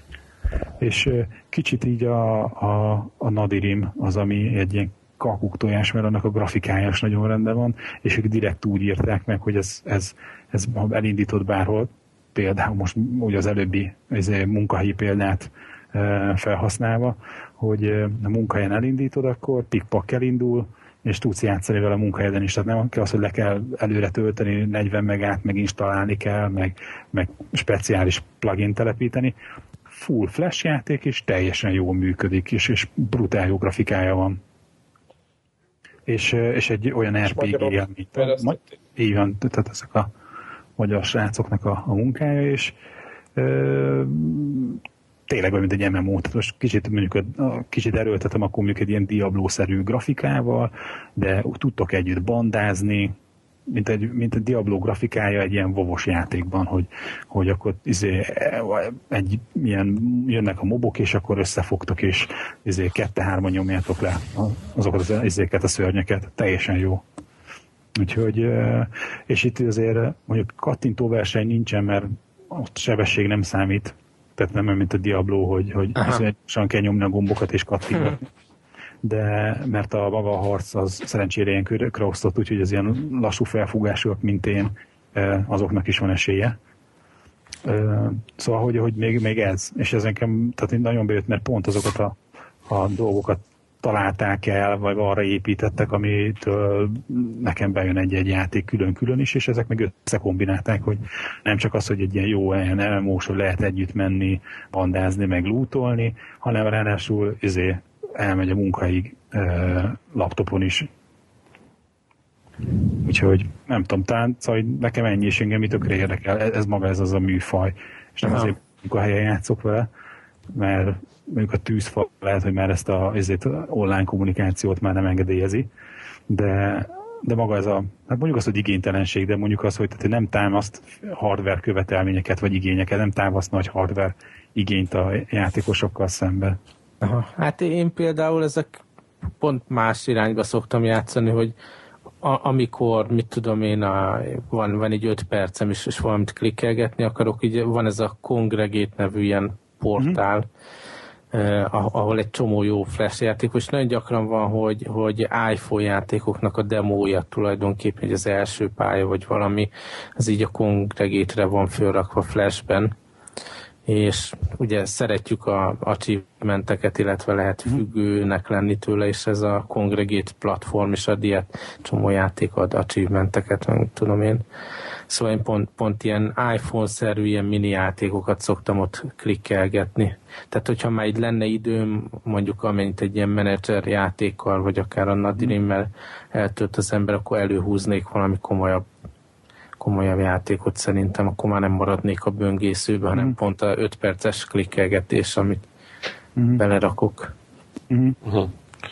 És kicsit így a, a, a Nadirim az, ami egy ilyen kakuktojás, mert annak a grafikája is nagyon rendben van, és ők direkt úgy írták meg, hogy ez, ez, ez elindított bárhol, például most ugye az előbbi munkahelyi példát felhasználva, hogy a munkahelyen elindítod, akkor pikpak elindul, és tudsz játszani vele a munkahelyeden is. Tehát nem kell az, hogy le kell előre tölteni negyven megát, meg installálni kell, meg, meg speciális plugin telepíteni. Full Flash játék, és teljesen jól működik, és, és brutál jó grafikája van. És, és egy olyan er pé gé élmény. Így van, tehát ezek a magyar srácoknak a, a munkája, és ö, tényleg olyan, mint egy em em o, tehát most kicsit, mondjuk, kicsit erőltetem, akkor mondjuk egy ilyen Diablo-szerű grafikával, de tudtok együtt bandázni, mint egy, mint egy Diablo grafikája egy ilyen vovos játékban, hogy, hogy akkor izé, egy ilyen, jönnek a mobok, és akkor összefogtok, és izé, kette-hárman nyomjátok le azokat az izéket, a szörnyeket. Teljesen jó. Úgyhogy, és itt azért mondjuk kattintó verseny nincsen, mert ott sebesség nem számít. Tehát nem mint a Diablo, hogy, hogy gyorsan kell nyomni a gombokat és kattintani. De mert a maga a harc az szerencsére ilyen körökre osztott, úgyhogy az ilyen lassú felfúgásúak, mint én, azoknak is van esélye. Szóval, hogy, hogy még, még ez. És ez nekem tehát nagyon bejött, mert pont azokat a, a dolgokat találták el, vagy arra építettek, amitől nekem bejön egy-egy játék külön-külön is, és ezek meg összekombinálták, hogy nem csak az, hogy egy ilyen jó ilyen em em ó-s, hogy lehet együtt menni, bandázni, meg lootolni, hanem ráadásul izé, elmegy a munkaig uh, laptopon is. Úgyhogy nem tudom, talán szóval nekem ennyi, és engem mi tökre érdekel. Ez, ez maga ez az a műfaj. És nem Aha. azért munkahelyen játszok vele, mert mondjuk a tűzfal lehet, hogy már ezt a ezért online kommunikációt már nem engedélyezi, de, de maga ez a, hát mondjuk azt, hogy igénytelenség, de mondjuk az, hogy tehát nem támaszt hardware követelményeket vagy igényeket, nem támaszt nagy hardware igényt a játékosokkal szemben. Aha. Hát én például ezek pont más irányba szoktam játszani, hogy a, amikor, mit tudom én, a, van, van egy öt percem is, és valamit klikkelgetni akarok, így van ez a Congregate nevű ilyen portál, mm-hmm. eh, ahol egy csomó jó flash játék, és nagyon gyakran van, hogy, hogy iPhone játékoknak a demója tulajdonképpen, hogy az első pálya, vagy valami, az így a Congregate-re van fölrakva flashben, és ugye szeretjük a achievementeket, illetve lehet függőnek lenni tőle, és ez a Congregate platform is ad ilyet, csomó játék ad achievementeket, meg tudom én. Szóval én pont, pont ilyen iPhone-szerű ilyen mini játékokat szoktam ott klikkelgetni. Tehát, hogyha már így lenne időm, mondjuk amennyit egy ilyen menedzser játékkal, vagy akár a Nadirimmel eltölt az ember, akkor előhúznék valami komolyabb komolyabb játékot szerintem, akkor már nem maradnék a böngészőbe, hanem mm. pont a öt perces klikkelgetés, amit mm. belerakok. Mm. Uh-huh.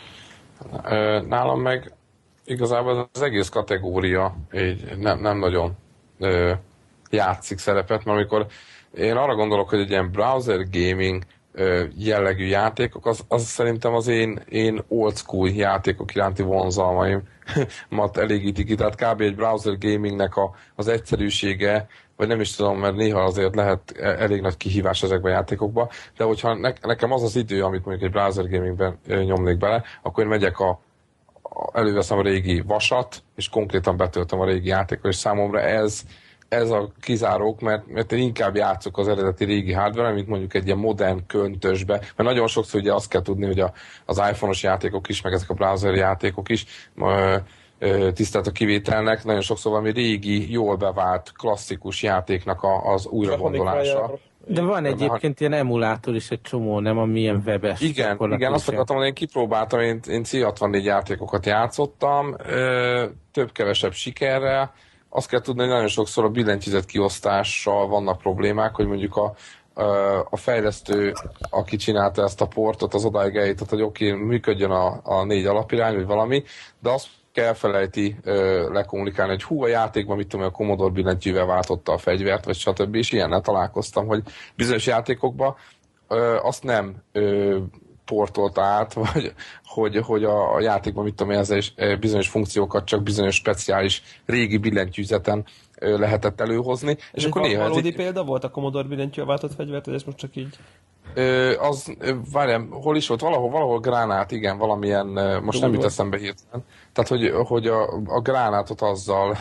Nálam meg igazából az egész kategória így nem, nem nagyon ö, játszik szerepet, mert amikor én arra gondolok, hogy egy ilyen browser gaming ö, jellegű játékok, az, az szerintem az én, én old school játékok iránti vonzalmaim mat elégítik ki, tehát kb. Egy browser gamingnek a, az egyszerűsége, vagy nem is tudom, mert néha azért lehet elég nagy kihívás ezekben a játékokban, de hogyha ne, nekem az az idő, amit mondjuk egy browser gamingben nyomnék bele, akkor én megyek a, a előveszem a régi vasat, és konkrétan betöltöm a régi játékot, és számomra ez, ez a kizárók, mert, mert én inkább játszok az eredeti régi hardware, mint mondjuk egy ilyen modern köntösbe, mert nagyon sokszor ugye azt kell tudni, hogy a, az iPhone-os játékok is, meg ezek a browser játékok is, ö, ö, tisztelt a kivételnek, nagyon sokszor valami régi, jól bevált, klasszikus játéknak a, az újragondolása. De van egyébként ilyen emulátor is egy csomó, nem, ami ilyen webes. Igen, igen, azt akartam, hogy én kipróbáltam, én, én C hatvannégy játékokat játszottam, ö, több-kevesebb sikerrel. Azt kell tudni, hogy nagyon sokszor a billentyűzet kiosztással vannak problémák, hogy mondjuk a, a fejlesztő, aki csinálta ezt a portot, az odáig eljutott, hogy oké, okay, működjön a, a négy alapirány, vagy valami, de azt elfelejti ö, lekommunikálni, hogy hú, a játékban, mit tudom, a Commodore billentyűvel váltotta a fegyvert, vagy stb. És ilyennel találkoztam, hogy bizonyos játékokban ö, azt nem ö, portolta át, vagy hogy, hogy a, a játékban, mit tudom én, ezzel is bizonyos funkciókat csak bizonyos speciális régi billentyűzeten lehetett előhozni. Ez és akkor néha valódi egy... példa volt a Commodore billentyűvel váltott fegyvert, vagy ez most csak így? Ö, az, várjám, hol is volt? Valahol, valahol gránát, igen, valamilyen, most nem jut eszembe hirtelen. Tehát, hogy, hogy a, a gránátot azzal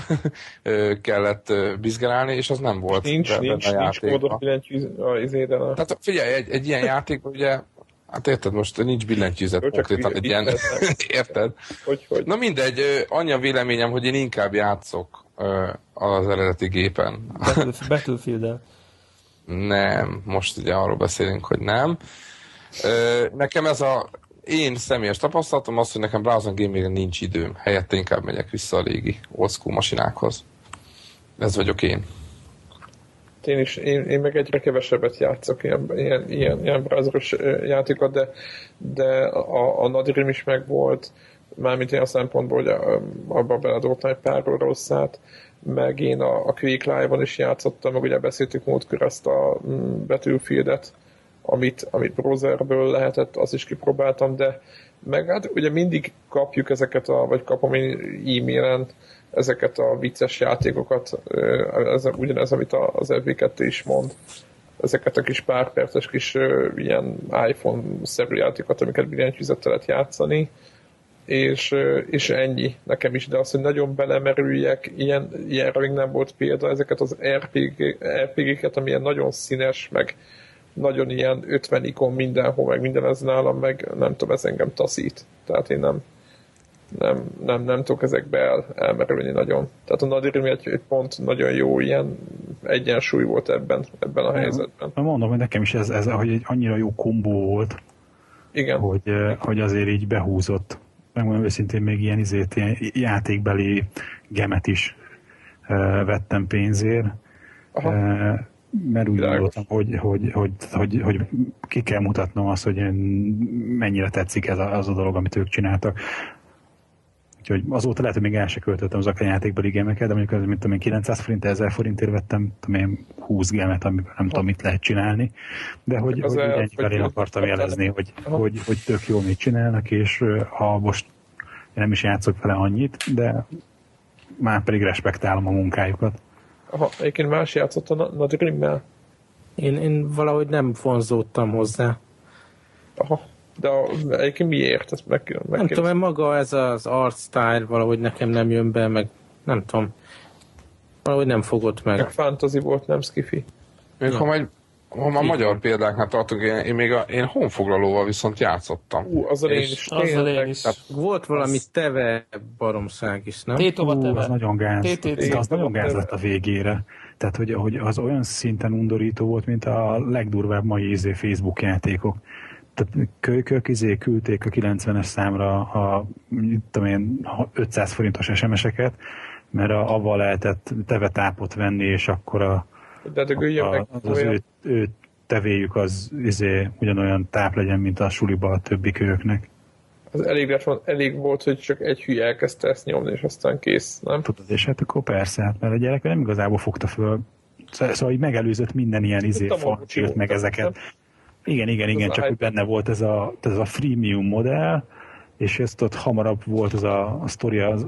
kellett bizgerálni, és az nem volt. Nincs, be, nincs, nincs Commodore billentyű az izéden. Tehát figyelj, egy, egy ilyen játékban ugye, hát érted, most nincs billentyűzet konkrétan egy ilyen, érted? Hogy, hogy? Na mindegy, annyi a véleményem, hogy én inkább játszok az eredeti gépen. Battlefield-el. Nem, most ugye arról beszélünk, hogy nem. Nekem ez a én személyes tapasztalatom az, hogy nekem browser gamingre nincs időm. Helyette inkább megyek vissza a régi old school masinákhoz. Ez vagyok én. Én is, én, én meg egyre kevesebbet játszok ilyen, ilyen, ilyen, ilyen browseros játékot, de, de a, a Nadirim is megvolt, mármint ilyen szempontból, hogy abban beledoltam egy pár rosszát, meg én a, a Quake Live-on is játszottam, meg ugye beszéltük múltkor ezt a Battlefieldet, amit, amit browserből lehetett, azt is kipróbáltam, de meg hát ugye mindig kapjuk ezeket, a, vagy kapom én e-mailen ezeket a vicces játékokat, ez, ugyanez, amit az ef vé kettő is mond, ezeket a kis pár perces kis ilyen iPhone-szerű játékokat, amiket billentyűzettel lehet játszani, és, és ennyi nekem is, de az, hogy nagyon belemerüljek, ilyen, ilyenre még nem volt példa, ezeket az er pé gé, er pé géket, ami ilyen nagyon színes, meg nagyon ilyen ötven ikon mindenhol, meg minden ez nálam, meg nem tudom, ez engem taszít. Tehát én nem nem, nem, nem tudok ezekbe el, elmerülni nagyon. Tehát a Nadir egy, egy pont nagyon jó ilyen egyensúly volt ebben, ebben a helyzetben. Mondom, hogy nekem is ez, ez hogy egy annyira jó kombó volt, igen. Hogy, hogy azért így behúzott. Megmondom őszintén, még ilyen, izét, ilyen játékbeli gemet is uh, vettem pénzért. Uh, mert úgy gondoltam, hogy, hogy, hogy, hogy, hogy ki kell mutatnom azt, hogy mennyire tetszik ez a, az a dolog, amit ők csináltak. Úgyhogy azóta lehet, hogy még el se költöttem az akárjátékbeli gemeket, de mondjuk, mint tudom én, kilencszáz forint, ezer forintért vettem, tudom én, húsz gemet, amiben nem tudom, mit lehet csinálni. De hogy, hogy ennyivel én akartam jelezni, hogy, hogy, hogy tök jó, mit csinálnak, és ha most én nem is játszok vele annyit, de már pedig respektálom a munkájukat. Aha, egyébként más játszott a Nadrimmel? Én, én valahogy nem vonzódtam hozzá. Aha. De egyébként miért? Ezt meg, meg nem tudom, maga ez az art style valahogy nekem nem jön be, meg nem tudom. Valahogy nem fogott meg. Meg fantasy volt, nem skifi. Még ha majd ha már magyar példáknál tartunk, én, én még a, én honfoglalóval viszont játszottam. Ú, az én is. Az én is. Volt valami az... teve baromság is, nem? Tétova teve. Az nagyon gáz. Az nagyon gáz lett a végére. Tehát, hogy, hogy az olyan szinten undorító volt, mint a legdurvább mai izé Facebook játékok. Tehát kölykök izé küldték a kilencvenes számra a, tudom én, ötszáz forintos es em es-eket, mert a, avval lehetett tevetápot venni, és akkor a, de de a, az ő, ő tevéjük az izé, ugyanolyan táp legyen, mint a suliba a többi kölyöknek. Az elég, elég volt, hogy csak egy hülye elkezdte ezt nyomni, és aztán kész, nem? Tudod, és hát akkor persze, hát, mert a gyerek nem igazából fogta föl, szóval így megelőzött minden ilyen izé falcsilt meg ezeket. Nem? Igen, igen, igen, csak hogy benne volt ez a, ez a freemium modell, és ezt ott hamarabb volt ez a, a sztori az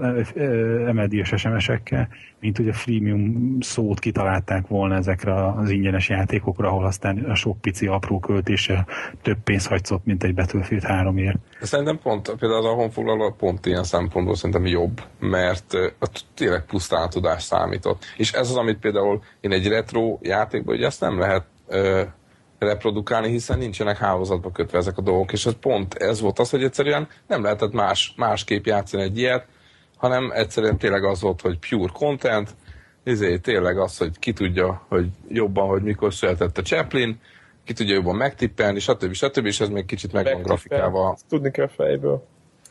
em el dé-es es em es-ekkel, mint hogy a freemium szót kitalálták volna ezekre az ingyenes játékokra, ahol aztán a sok pici apró költése több pénzt hagyzott, mint egy Battlefield háromért. Szerintem pont, például az a honfoglaló pont ilyen szempontból szerintem jobb, mert uh, tényleg pusztán tudás számított. És ez az, amit például én egy retro játékban, hogy ezt nem lehet uh, reprodukálni, hiszen nincsenek hálózatba kötve ezek a dolgok, és ez pont ez volt az, hogy egyszerűen nem lehetett más, másképp játszani egy ilyet, hanem egyszerűen tényleg az volt, hogy pure content, ezért tényleg az, hogy ki tudja, hogy jobban, hogy mikor született a Chaplin, ki tudja jobban megtippelni, stb. stb. És ez még kicsit meg van grafikával. Tudni kell fejből.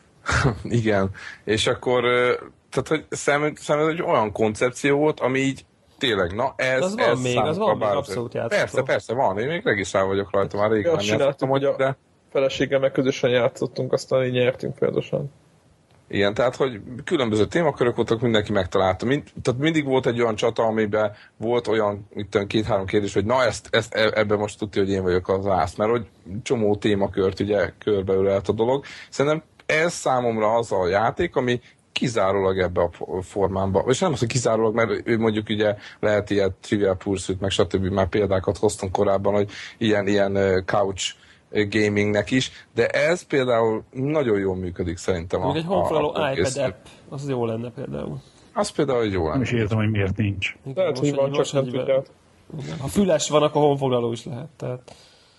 Igen, és akkor tehát, hogy szerintem egy olyan koncepció volt, ami így tényleg, na ez... Az van ez még, az van még abszolút játszható. Persze, persze, van, én még regisztrál vagyok rajta, már régen nem játszottam, hogy a de... feleségemmel közösen játszottunk, aztán így nyertünk például. Igen, tehát, hogy különböző témakörök voltak, mindenki megtalálta. Mind, tehát mindig volt egy olyan csata, amiben volt olyan, mint két-három kérdés, hogy na ezt, ezt ebben most tudja, hogy én vagyok az ász, mert hogy csomó témakört ugye körbeölelt a dolog. Szerintem ez számomra az a játék, ami kizárólag ebbe a formában, és nem az, hogy kizárólag, mert mondjuk ugye lehet ilyen Trivial Pursuit, meg stb. Már példákat hoztam korábban, hogy ilyen, ilyen couch gamingnek is, de ez például nagyon jól működik szerintem. Még egy honfoglaló iPad app, az jó lenne például. Az például jó lenne. Nem is értem, hogy miért nincs. Igen, lehet, hogy van, csak nem tudják. Ha füles van, akkor honfoglaló is lehet. Tehát...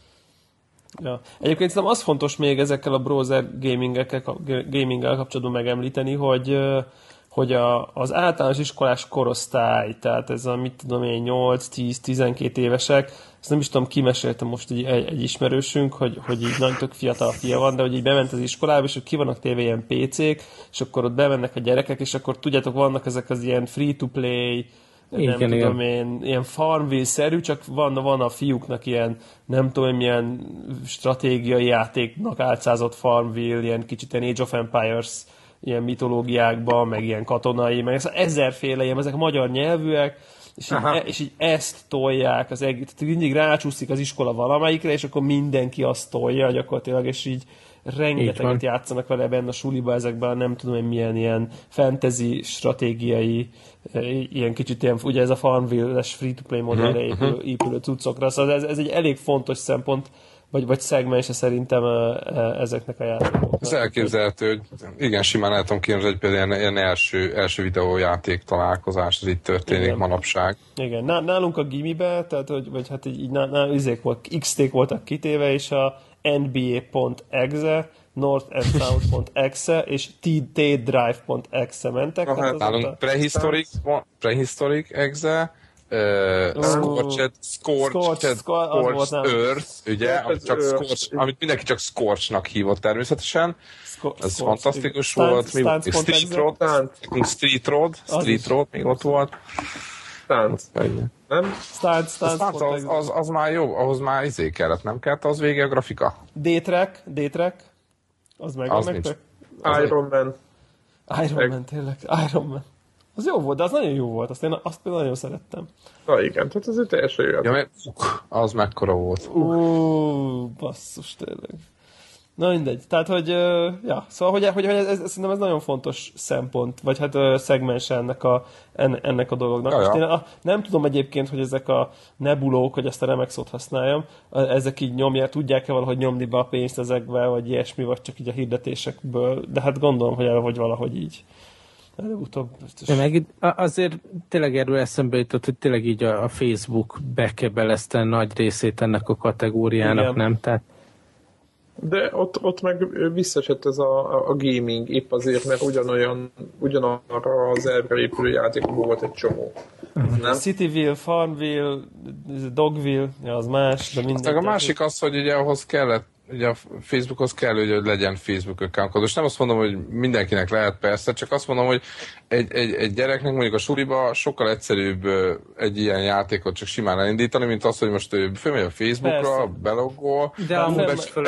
Ja. Egyébként szerintem az fontos még ezekkel a browser gamingekkel, gaminggel kapcsolatban megemlíteni, hogy, hogy a, az általános iskolás korosztály, tehát ez a mit tudom én, nyolc, tíz, tizenkét évesek, ezt nem is tudom, kimesélte most egy, egy, egy ismerősünk, hogy, hogy így nagyon tök fiatal fia van, de hogy így bement az iskolába, és hogy ki vannak téve ilyen pé cék, és akkor ott bemennek a gyerekek, és akkor tudjátok, vannak ezek az ilyen free-to-play, igen, nem igen. tudom én, ilyen Farmville-szerű, csak van, van a fiúknak ilyen, nem tudom, milyen stratégiai játéknak álcázott Farmville, ilyen kicsit ilyen Age of Empires ilyen mitológiákban, meg ilyen katonai, meg ezerféle ilyen, ezek magyar nyelvűek, és így, e, és így ezt tolják, az egész, mindig rácsúszik az iskola valamelyikre, és akkor mindenki azt tolja gyakorlatilag, és így rengeteget játszanak vele benne a suliba, ezekben nem tudom, hogy milyen ilyen fantasy, stratégiai, ilyen kicsit ilyen, ugye ez a Farmville-es free-to-play modellre épülő, uh-huh. épülő cuccokra, szóval ez, ez egy elég fontos szempont, vagy, vagy szegmense szerintem ezeknek a játékoknak. Ez elképzelhető, hogy igen, simán el tudom képzelni, hogy például ilyen, ilyen első, első videójáték találkozás, ez itt történik igen. manapság. Igen, nálunk a gimibe, tehát, hogy, vagy hát így, így nálunk izék volt, X-ték voltak kitéve, és a N B A pont E X E, North and South pont E X E és T-Drive pont E X E mentek. Aha, hát nálunk a... Prehistoric, Prehistoric E X E, Uh, Scorched, Scorched, Scorched Earth, ugye, amit, csak Scorch, amit mindenki csak Scorchnak hívott természetesen. Scor- Ez Scorch, fantasztikus Stan- volt. Stan- Stan- Street Road, Street Road, Street Road, még ott volt. Stance. Nem? Stance, Stance. Az, az, az már jó, ahhoz már izé kellett, nem kellett az vége a grafika? D-Track, D-Track. Az meg az nektek? Iron Man. Iron Man, tényleg, Iron Man. Az jó volt, de az nagyon jó volt, azt én azt például nagyon szerettem. Na igen, tehát ez egy teljesen jó. Ja, mert az mekkora volt. Ó, basszus, tényleg. Na mindegy, tehát, hogy, ja, szóval, hogy, hogy, hogy ez, ez, szerintem ez nagyon fontos szempont, vagy hát szegmens ennek a, ennek a dolognak. Ja, ja. Én a, nem tudom egyébként, hogy ezek a nebulók, hogy ezt a remek szót használjam, ezek így nyomják, tudják-e valahogy nyomni be a pénzt ezekbe, vagy ilyesmi, vagy csak így a hirdetésekből, de hát gondolom, hogy hogy valahogy így. Előbb-utóbb. De meg azért tényleg erről eszembe jutott, hogy tényleg így a, a Facebook bekebelezte nagy részét ennek a kategóriának, igen. Nem? Tehát... De ott, ott meg visszaesett ez a, a gaming épp azért, mert ugyanolyan, ugyanarra az elvre épülő játékokból volt egy csomó. Uh-huh. Nem? Cityville, Farmville, Dogville, ja, az más, de minden. A másik az, hogy ugye ahhoz kellett, ugye a Facebookhoz kell, hogy legyen Facebook account. Most nem azt mondom, hogy mindenkinek lehet persze, csak azt mondom, hogy egy, egy, egy gyereknek mondjuk a suliba sokkal egyszerűbb egy ilyen játékot csak simán elindítani, mint az, hogy most ő fölmegy a Facebookra, belogol, de amúgy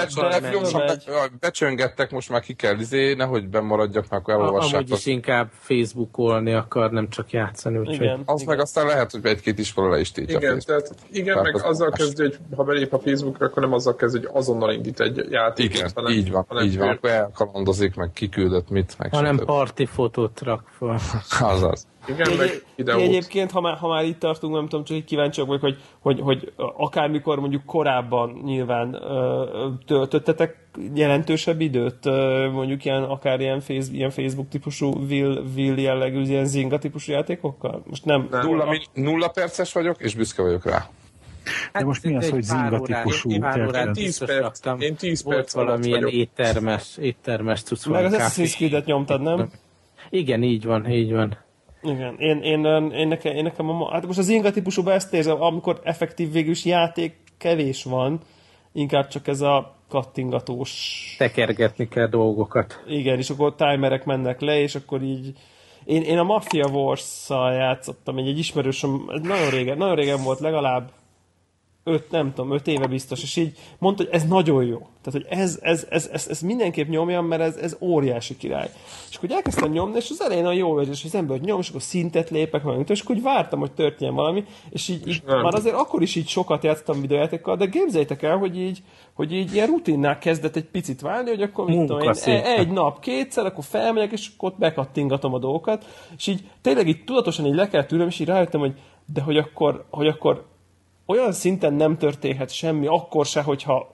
becsöngettek, most már ki kell izé, nehogy bemaradjak, már akkor elolvassák. Amúgy is inkább Facebookolni akar, nem csak játszani. Úgyhogy... Igen, az igen. meg aztán lehet, hogy egy-két iskola le is tiltja. Igen, tehát, igen tehát meg azzal kezdő, hogy ha belép a Facebookra, akkor nem azzal kezdő, hogy azonnal indít egy játékot. Igen, hanem, így van, hanem így van. Akkor elkalandozik, meg kiküldött mit, meg hanem party fotót rak fel. Azaz. Igen, Egy, meg videót. Egyébként, ha már, ha már itt tartunk, nem tudom, csak így kíváncsiak vagyok, hogy, hogy, hogy akármikor mondjuk korábban nyilván töltöttetek jelentősebb időt, mondjuk ilyen, akár ilyen, face, ilyen Facebook típusú will, will jellegű, ilyen Zynga típusú játékokkal? Most nem. nem. Nulla, nulla perces vagyok, és büszke vagyok rá. De most mi az, hogy Zynga típusú? Én tíz perc. Én tíz perc valamilyen éttermes, éttermes cucc. Meg az Assassin's Creed-et nyomtad, nem? Igen, így van, így van. Igen, én, én, én, nekem, én nekem a, hát most az Zynga típusúban ezt érzem, amikor effektív végül is játék kevés van, inkább csak ez a kattingatós... Tekergetni kell dolgokat. Igen, és akkor timerek mennek le, és akkor így... Én, én a Mafia Wars-szal játszottam, egy, egy ismerősöm, nagyon régen, nagyon régen volt, legalább öt, nem tudom, öt éve biztos, és így mondta, hogy ez nagyon jó. Tehát, hogy ez, ez, ez, ez, ez mindenképp nyomjam, mert ez, ez óriási király. És akkor elkezdtem nyomni, és az elején a jó érzés, hogy az ember nyom, és akkor szintet lépek, meg, és akkor úgy vártam, hogy történjen valami, és így, így már azért akkor is így sokat játszottam videójátékkal, de képzeljétek el, hogy így, hogy így ilyen rutinnál kezdett egy picit válni, hogy akkor mit tudom én, egy nap kétszer, akkor felmegyek, és akkor ott bekattingatom a dolgokat, és így tényleg így tudatosan így le kell tűröm, és így rájöttem, hogy de hogy akkor, hogy akkor olyan szinten nem történhet semmi, akkor se, hogyha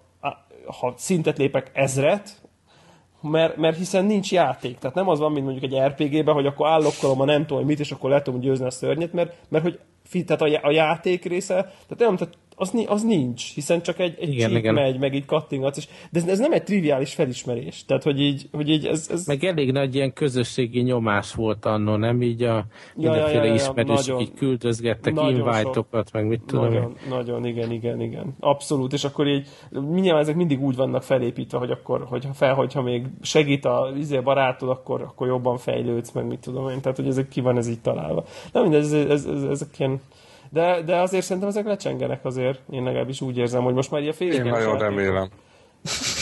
ha szintet lépek ezret, mert, mert hiszen nincs játék. Tehát nem az van, mint mondjuk egy er pé gében, hogy akkor állokkolom a nem tudom mit, és akkor le tudom győzni a szörnyet, mert, mert hogy tehát a, a játék része, tehát nem, tehát az, az nincs, hiszen csak egy, egy csík megy, meg így kattingatsz, és, de ez, ez nem egy triviális felismerés. Tehát, hogy így, hogy így ez, ez... Meg elég nagy ilyen közösségi nyomás volt anno, nem így a mindenféle ja, ja, ja, ismerősök így küldözgettek invite-okat, meg mit tudom. Nagyon, nagyon, igen, igen, igen. Abszolút, és akkor így mindjárt ezek mindig úgy vannak felépítve, hogy akkor, hogyha fel, hogyha még segít a izé barátod, akkor, akkor jobban fejlődsz, meg mit tudom én. Tehát, hogy ezek ki van ez így találva. Nem mindegy, ez, ez, ez, ez, ezek ilyen De, de azért szerintem ezek lecsengenek azért. Én legalábbis úgy érzem, hogy most már ilyen félig. Én nagyon remélem.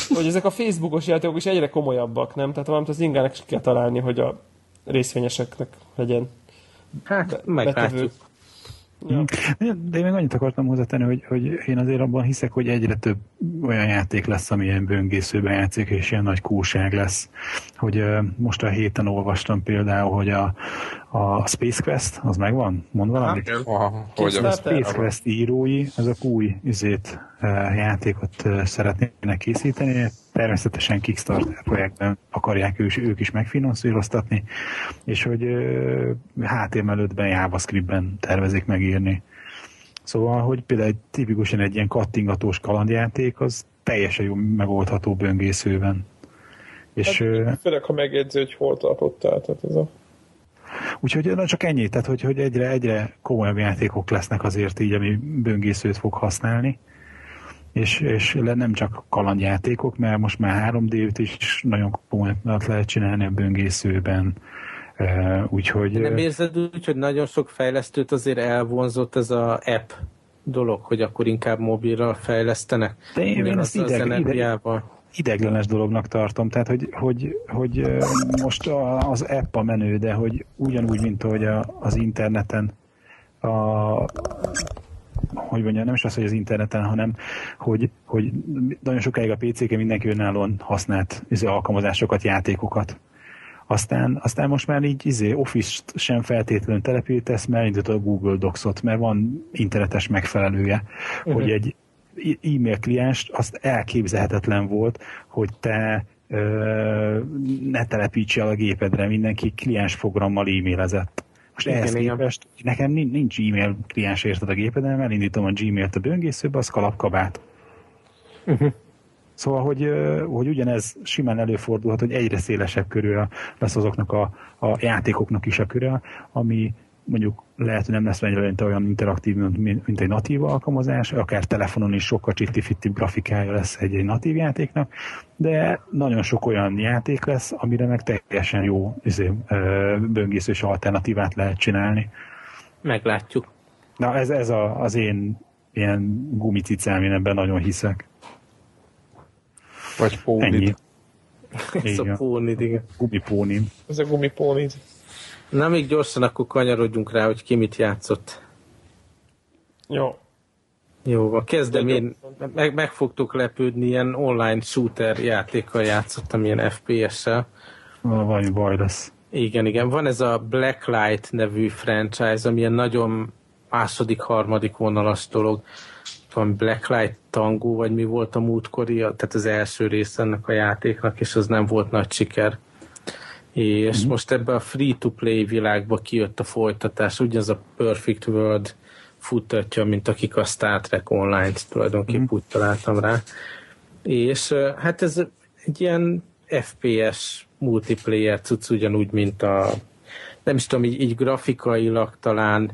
hogy ezek a Facebookos játékok is egyre komolyabbak, nem? Tehát valamit az ingának is kell találni, hogy a részvényeseknek legyen. Hát, meglátjuk. Ja. De én még annyit akartam hozzátenni, hogy, hogy én azért abban hiszek, hogy egyre több olyan játék lesz, ami ilyen böngészőben játszik, és ilyen nagy kúság lesz. Hogy uh, most a héten olvastam például, hogy a, a Space Quest, az megvan? Mond valamit? Hát, aha, hogy a Space Quest írói, azok új izét, uh, játékot uh, szeretnének készíteni, természetesen Kickstarter projektben akarják ők, ők is megfinanszíroztatni, és hogy uh, há té em el ötben, JavaScriptben tervezik megírni. Szóval, hogy például egy, tipikusan egy ilyen kattingatós kalandjáték, az teljesen jó megoldható böngészőben. És, hát, főleg, ha megjegyzi, hogy hol tartottál, tehát ez a... Úgyhogy na, csak ennyi, tehát hogy, hogy egyre, egyre komolyabb játékok lesznek azért így, ami böngészőt fog használni. És, és nem csak kalandjátékok, mert most már három dé-t is nagyon komolyan lehet csinálni a böngészőben. Uh, úgyhogy... Nem érzed úgy, hogy nagyon sok fejlesztőt azért elvonzott ez az app dolog, hogy akkor inkább mobilra fejlesztenek? De én, én ezt ideg, ideg, ideglenes dolognak tartom, tehát hogy, hogy, hogy most az app a menő, de hogy ugyanúgy, mint hogy a, az interneten a, hogy mondjam, nem is az, hogy az interneten, hanem hogy, hogy nagyon sokáig a pé cé-ken mindenki önállóan használt alkalmazásokat, játékokat. Aztán, aztán most már így izé, Office-t sem feltétlenül telepítesz, mert indult a Google Docs-ot, mert van internetes megfelelője, uh-huh. hogy egy e-mail klienst, azt elképzelhetetlen volt, hogy te ö, ne telepíts el a gépedre, mindenki kliens programmal e-mailezett. Most igen, ehhez képest igen. Nekem nincs e-mail kliens érted a gépeden, elindítom a Gmailt a böngészőbe, az kalapkabát. Uh-huh. Szóval, hogy, hogy ugyanez simán előfordulhat, hogy egyre szélesebb körül lesz azoknak a, a játékoknak is a köre, ami mondjuk lehet, hogy nem lesz mennyire olyan interaktív, mint, mint egy natív alkalmazás, akár telefonon is sokkal csitti-fittibb grafikája lesz egy, egy natív játéknak, de nagyon sok olyan játék lesz, amire meg teljesen jó izé, böngészős alternatívát lehet csinálni. Meglátjuk. Na ez, ez a, az én ilyen gumicicám, én ebben nagyon hiszek. Vagy pónid. Ez a pónid, igen. Gumipónid. Ez a gumipónid. Na, még gyorsan akkor kanyarodjunk rá, hogy ki mit játszott. Jó. Jó, kezdem én. Meg, meg fogtok lepődni, ilyen online shooter játékkal játszottam, ilyen ef pé es-sel. Valami baj lesz. Igen, igen. Van ez a Blacklight nevű franchise, ami ilyen nagyon második, harmadik vonalas dolog. Van Blacklight Tango, vagy mi volt a múltkori, tehát az első rész ennek a játéknak, és az nem volt nagy siker. És mm-hmm. most ebbe a free-to-play világba kijött a folytatás, ugyanaz a Perfect World futtatja, mint akik a Star Trek Online-t tulajdonképp mm-hmm. úgy találtam rá. És hát ez egy ilyen ef pé es multiplayer cucc, ugyanúgy, mint a nem is tudom, így, így grafikailag talán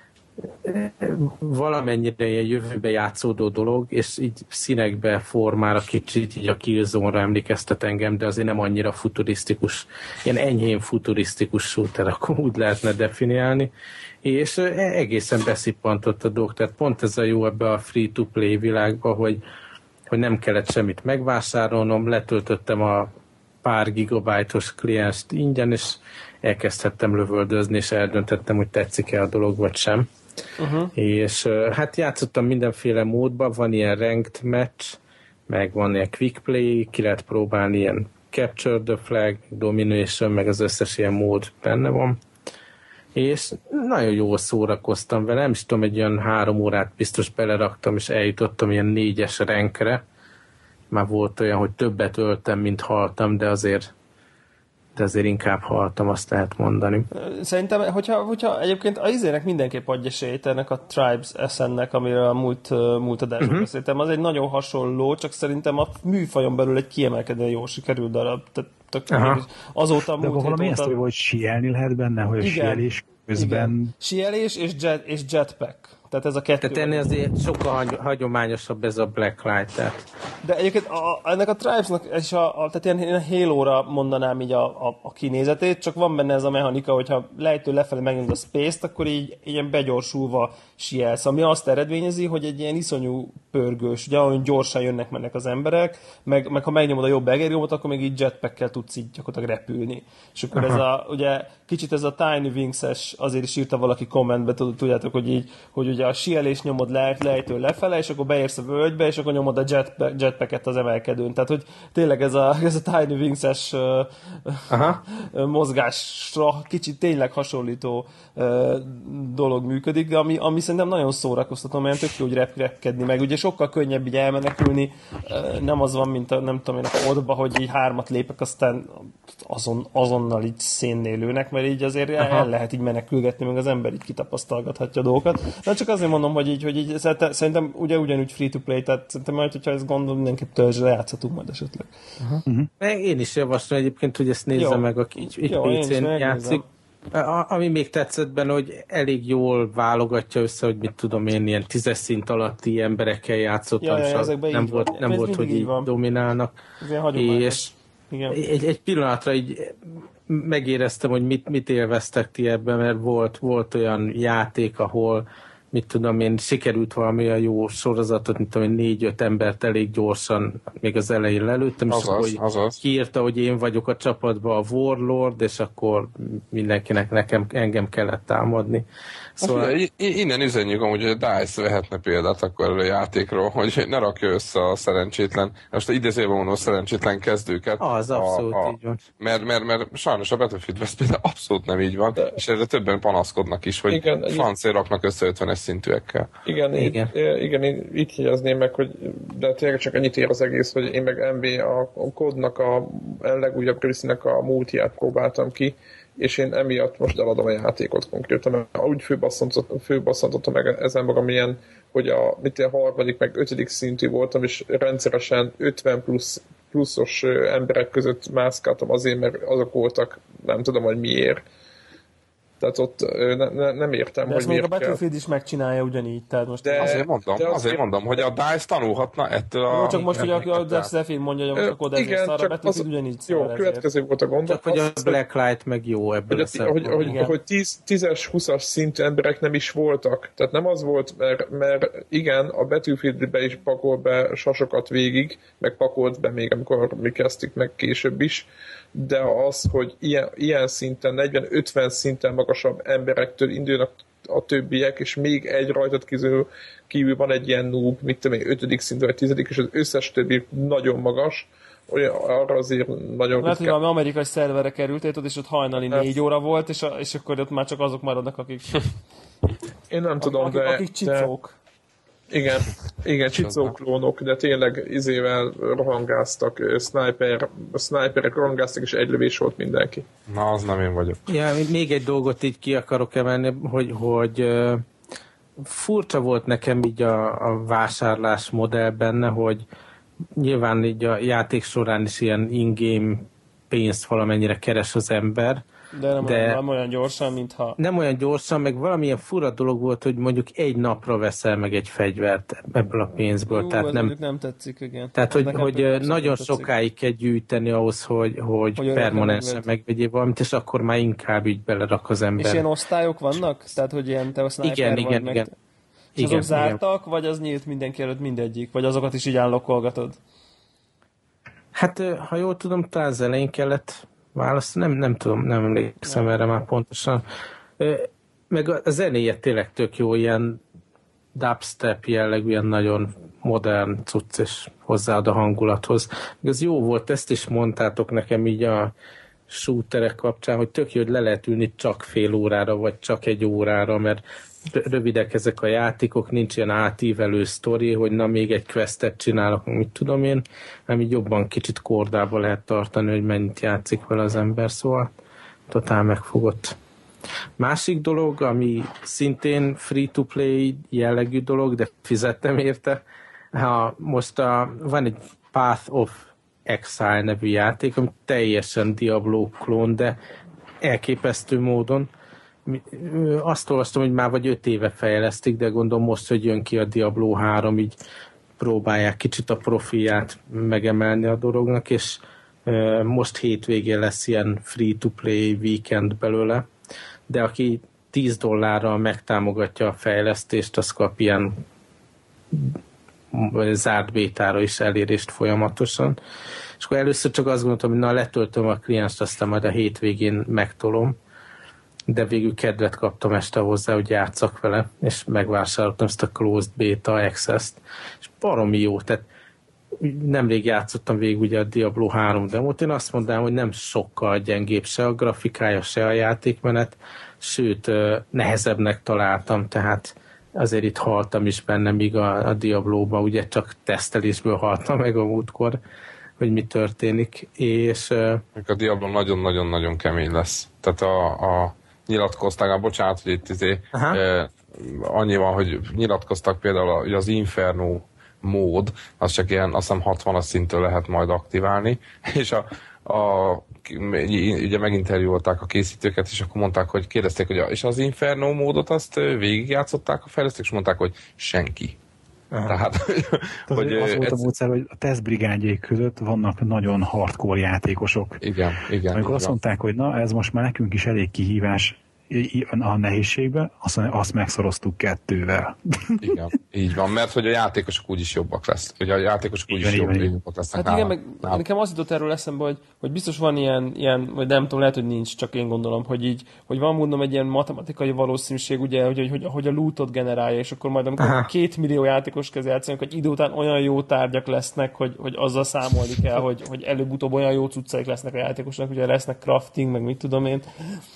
valamennyire ilyen jövőbe játszódó dolog, és így színekbe, formára kicsit így a Killzone-ra emlékeztet engem, de azért nem annyira futurisztikus, ilyen enyhén futurisztikus shooter, akkor úgy lehetne definiálni, és egészen beszippantott a dolog, tehát pont ez a jó ebbe a free-to-play világba, hogy, hogy nem kellett semmit megvásárolnom, letöltöttem a pár gigabájtos klienst ingyen, és elkezdhettem lövöldözni, és eldöntettem, hogy tetszik-e a dolog, vagy sem. Uh-huh. És hát játszottam mindenféle módban, van ilyen ranked match, meg van ilyen quick play, ki lehet próbálni ilyen capture the flag, domination, meg az összes ilyen mód benne van. És nagyon jól szórakoztam vele, nem is tudom, egy olyan három órát biztos beleraktam, és eljutottam ilyen négyes rankre. Már volt olyan, hogy többet öltem, mint haltam, de azért de azért inkább haltam, azt lehet mondani. Szerintem, hogyha, hogyha egyébként az izének mindenképp adja esélyt ennek a Tribes es en-nek, amiről a múlt, múlt adásban uh-huh. beszéltem, az egy nagyon hasonló, csak szerintem a műfajon belül egy kiemelkedően jól sikerült darab. Tehát azóta a múlt hét valami ezt, hogy sielni lehet benne, hogy igen, a sielés közben... Igen. Sielés és, jet, és jetpack. Tehát ez a kettő. Tehát ennél azért sokkal hagyományosabb ez a Blacklight. Tehát. De egyébként a, ennek a Tribes-nak, és a, a, tehát ilyen, ilyen Halo-ra mondanám így a, a, a kinézetét, csak van benne ez a mechanika, hogyha lejtő lefelé megnyomod a space-t, akkor így ilyen begyorsulva sielsz, ami azt eredményezi, hogy egy ilyen iszonyú pörgős, ugye olyan gyorsan jönnek mennek az emberek, meg, meg ha megnyomod a jobb egergombot, akkor még így jetpackkel tudsz így gyakorlatilag repülni. És akkor Aha. ez a, ugye kicsit ez a Tiny Wings-es, azért is írta valaki kommentbe, tudjátok, hogy így, hogy ugye a sielés nyomod le, lejtő lefele, és akkor beérsz a völgybe, és akkor nyomod a jetpack, jetpacket az emelkedőn. Tehát, hogy tényleg ez a, ez a Tiny Wings-es uh, mozgásra kicsit tényleg hasonlító uh, dolog működik, ami, ami szerintem nagyon szórakoztató, mert tök jó, hogy rep- repkedni, meg ugye sokkal könnyebb így elmenekülni, uh, nem az van, mint a, nem tudom én, a kodba, hogy így hármat lépek, aztán azon, azonnal így szénnél lőnek, mert így azért Aha. el lehet így menekülgetni, meg az ember így kitapasztalgathatja a dolgokat. De csak azért mondom, hogy így, hogy így szerintem ugye ugyanúgy free-to-play, tehát szerintem majd, hogyha ezt gondolom, mindenképp törzsre játszhatunk majd esetleg. Uh-huh. Én is javaslom egyébként, hogy ezt nézze jó. meg, aki így, így pé cén játszik. A, ami még tetszett benne, hogy elég jól válogatja össze, hogy mit tudom én, ilyen tízes szint alatti emberekkel játszottam, ja, ja, nem volt, nem volt hogy így van. dominálnak. És igen. Egy, egy pillanatra így megéreztem, hogy mit, mit élveztek ti ebben, mert volt, volt olyan játék, ahol mit tudom én, sikerült valami a jó sorozatot, mint tudom én, négy-öt embert elég gyorsan még az elején lelőttem, és azaz, akkor azaz. kiírta, hogy én vagyok a csapatban a Warlord, és akkor mindenkinek nekem, engem kellett támadni. Szóval... Hát, innen üzenjük amúgy, hogy a DICE vehetne példát akkor a játékról, hogy ne rakja össze a szerencsétlen, most a idézőben mondom szerencsétlen kezdőket. Az a, abszolút a, így van. Mert, mert, mert sajnos a Battlefield például abszolút nem így van, de... és erre többen panaszkodnak is, hogy igen, francia raknak össze ötvenes szintűekkel. Igen, igen. Én, igen, én itt jegyezném meg, hogy de tényleg csak ennyit ér az egész, hogy én meg em bé a, a kodnak a legújabb részének a multiát próbáltam ki, és én emiatt most eladom a játékot konkrétan, mert úgy főbasszantottam meg ezen magam ilyen, hogy a, mit a harmadik, meg ötödik szintű voltam, és rendszeresen ötven plusz, pluszos emberek között mászkáltam azért, mert azok voltak, nem tudom, hogy miért. Tehát ott ne, ne, nem értem, de hogy miért a Battlefield is megcsinálja ugyanígy. Tehát most de azért mondom, de azért mondom, hogy a DICE tanulhatna ettől a... Jó, csak most, hogy a, a Zephyr mondja, hogy a kod ezért szar, a Battlefield ugyanígy szar. Jó, következő volt a gondol. Csak hogy a Blacklight meg jó ebből a szempontból. Hogy, hogy, hogy tízes, húszas szintű emberek nem is voltak. Tehát nem az volt, mert, mert igen, a Battlefieldbe is pakol be sasokat végig, meg pakolt be még, amikor mi kezdtük meg később is, de az, hogy ilyen, ilyen szinten, negyven-ötven szinten magasabb emberektől indulnak a többiek, és még egy rajtad kívül, kívül van egy ilyen noob, mit tudom én, ötödik szint vagy tizedik, és az összes többi nagyon magas, olyan, arra azért nagyon... Lehet, hogy valami amerikai szerverre került, és ott hajnali hát. négy óra volt, és, a, és akkor ott már csak azok maradnak, akik... Én nem tudom, akik, de... Akik csicók. De... Igen, igen, csicóklónok, de tényleg izével rohangáztak, sniper, sniperek rohangáztak, és egy lövés volt mindenki. Na, az nem én vagyok. Ja, még egy dolgot így ki akarok emelni, hogy, hogy uh, furcsa volt nekem így a, a vásárlás modell benne, hogy nyilván így a játék során is ilyen in-game pénzt valamennyire keres az ember, De nem, de nem olyan gyorsan, mintha... Nem olyan gyorsan, meg valamilyen fura dolog volt, hogy mondjuk egy napra veszel meg egy fegyvert ebből a pénzből. Ú, tehát nem, nem tetszik, igen. Tehát, hogy, hogy nagyon sokáig kell gyűjteni ahhoz, hogy, hogy, hogy permanensen megvegyél valamit, és akkor már inkább így belerak az ember. És ilyen osztályok vannak? Tehát, hogy ilyen te a sniper igen, vagy igen, meg... igen. És igen, azok zártak, igen. Vagy az nyílt mindenki előtt mindegyik? Vagy azokat is így állokolgatod? Hát, ha jól tudom, talán az elején kellett választ, nem, nem tudom, nem emlékszem nem. erre már pontosan. Meg a zenéje tényleg tök jó, ilyen dubstep jellegű, ilyen nagyon modern cucc, és hozzáad a hangulathoz. Ez jó volt, ezt is mondtátok nekem így a shooterek kapcsán, hogy tök jó, hogy le lehet ülni csak fél órára, vagy csak egy órára, mert rövidek ezek a játékok, nincs ilyen átívelő sztori, hogy na még egy questet csinálok, mit tudom én, hanem így jobban kicsit kordába lehet tartani, hogy mennyit játszik vele az ember, szóval totál megfogott. Másik dolog, ami szintén free-to-play jellegű dolog, de fizettem érte, ha most a, van egy Path of Exile nevű játék, ami teljesen Diablo klón, de elképesztő módon, azt olvastam, hogy már vagy öt éve fejlesztik, de gondolom most, hogy jön ki a Diablo három, így próbálják kicsit a profilját megemelni a dolognak, és most hétvégén lesz ilyen free-to-play weekend belőle, de aki tíz dollárral megtámogatja a fejlesztést, az kap ilyen zárt bétára is elérést folyamatosan. És akkor először csak azt gondoltam, hogy na, letöltöm a klienst, aztán majd a hétvégén megtolom, de végül kedvet kaptam este hozzá, hogy játszak vele, és megvásároltam ezt a Closed Beta Access-t, és baromi jó, tehát nemrég játszottam végig ugye a Diablo három demót, én azt mondanám, hogy nem sokkal gyengébb se a grafikája, se a játékmenet, sőt, nehezebbnek találtam, tehát azért itt haltam is benne, míg a, a Diablo-ban ugye csak tesztelésből haltam meg a múltkor, hogy mi történik, és... A Diablo nagyon-nagyon-nagyon kemény lesz. Tehát a, a nyilatkozták, bocsánat, hogy itt izé, eh, annyi van, hogy nyilatkoztak például, hogy az Inferno mód, az csak ilyen, azt hiszem hatvanas szinttől lehet majd aktiválni, és a, a ugye meginterjúolták a készítőket, és akkor mondták, hogy kérdezték, hogy a, és az Inferno módot azt végigjátszották a fejlesztők, és mondták, hogy senki. Aha. Tehát, hogy az ez... volt a módszer, hogy a tesztbrigádjék között vannak nagyon hardcore játékosok. Igen, igen. Amikor igen. azt mondták, hogy na, ez most már nekünk is elég kihívás a nehézségbe, azt, azt megszoroztuk kettővel. Igen, így van, mert hogy a játékosok úgyis jobbak lesz. Hogy a játékosok úgyis jobb, jobbak lesznek. Hát igen, meg nálam. Nekem az jutott erről eszembe, hogy, hogy biztos van ilyen, ilyen, vagy nem tudom, lehet, hogy nincs, csak én gondolom, hogy így, hogy van mondom egy ilyen matematikai valószínűség, ugye, hogy, hogy, hogy a lootot generálja, és akkor majd amikor Aha. két millió játékos kezd játszani, hogy idő után olyan jó tárgyak lesznek, hogy, hogy azzal számolni kell, hogy, hogy előbb-utóbb olyan jó cuccaik lesznek a játékosnak, ugye lesznek crafting, meg mit tudom én,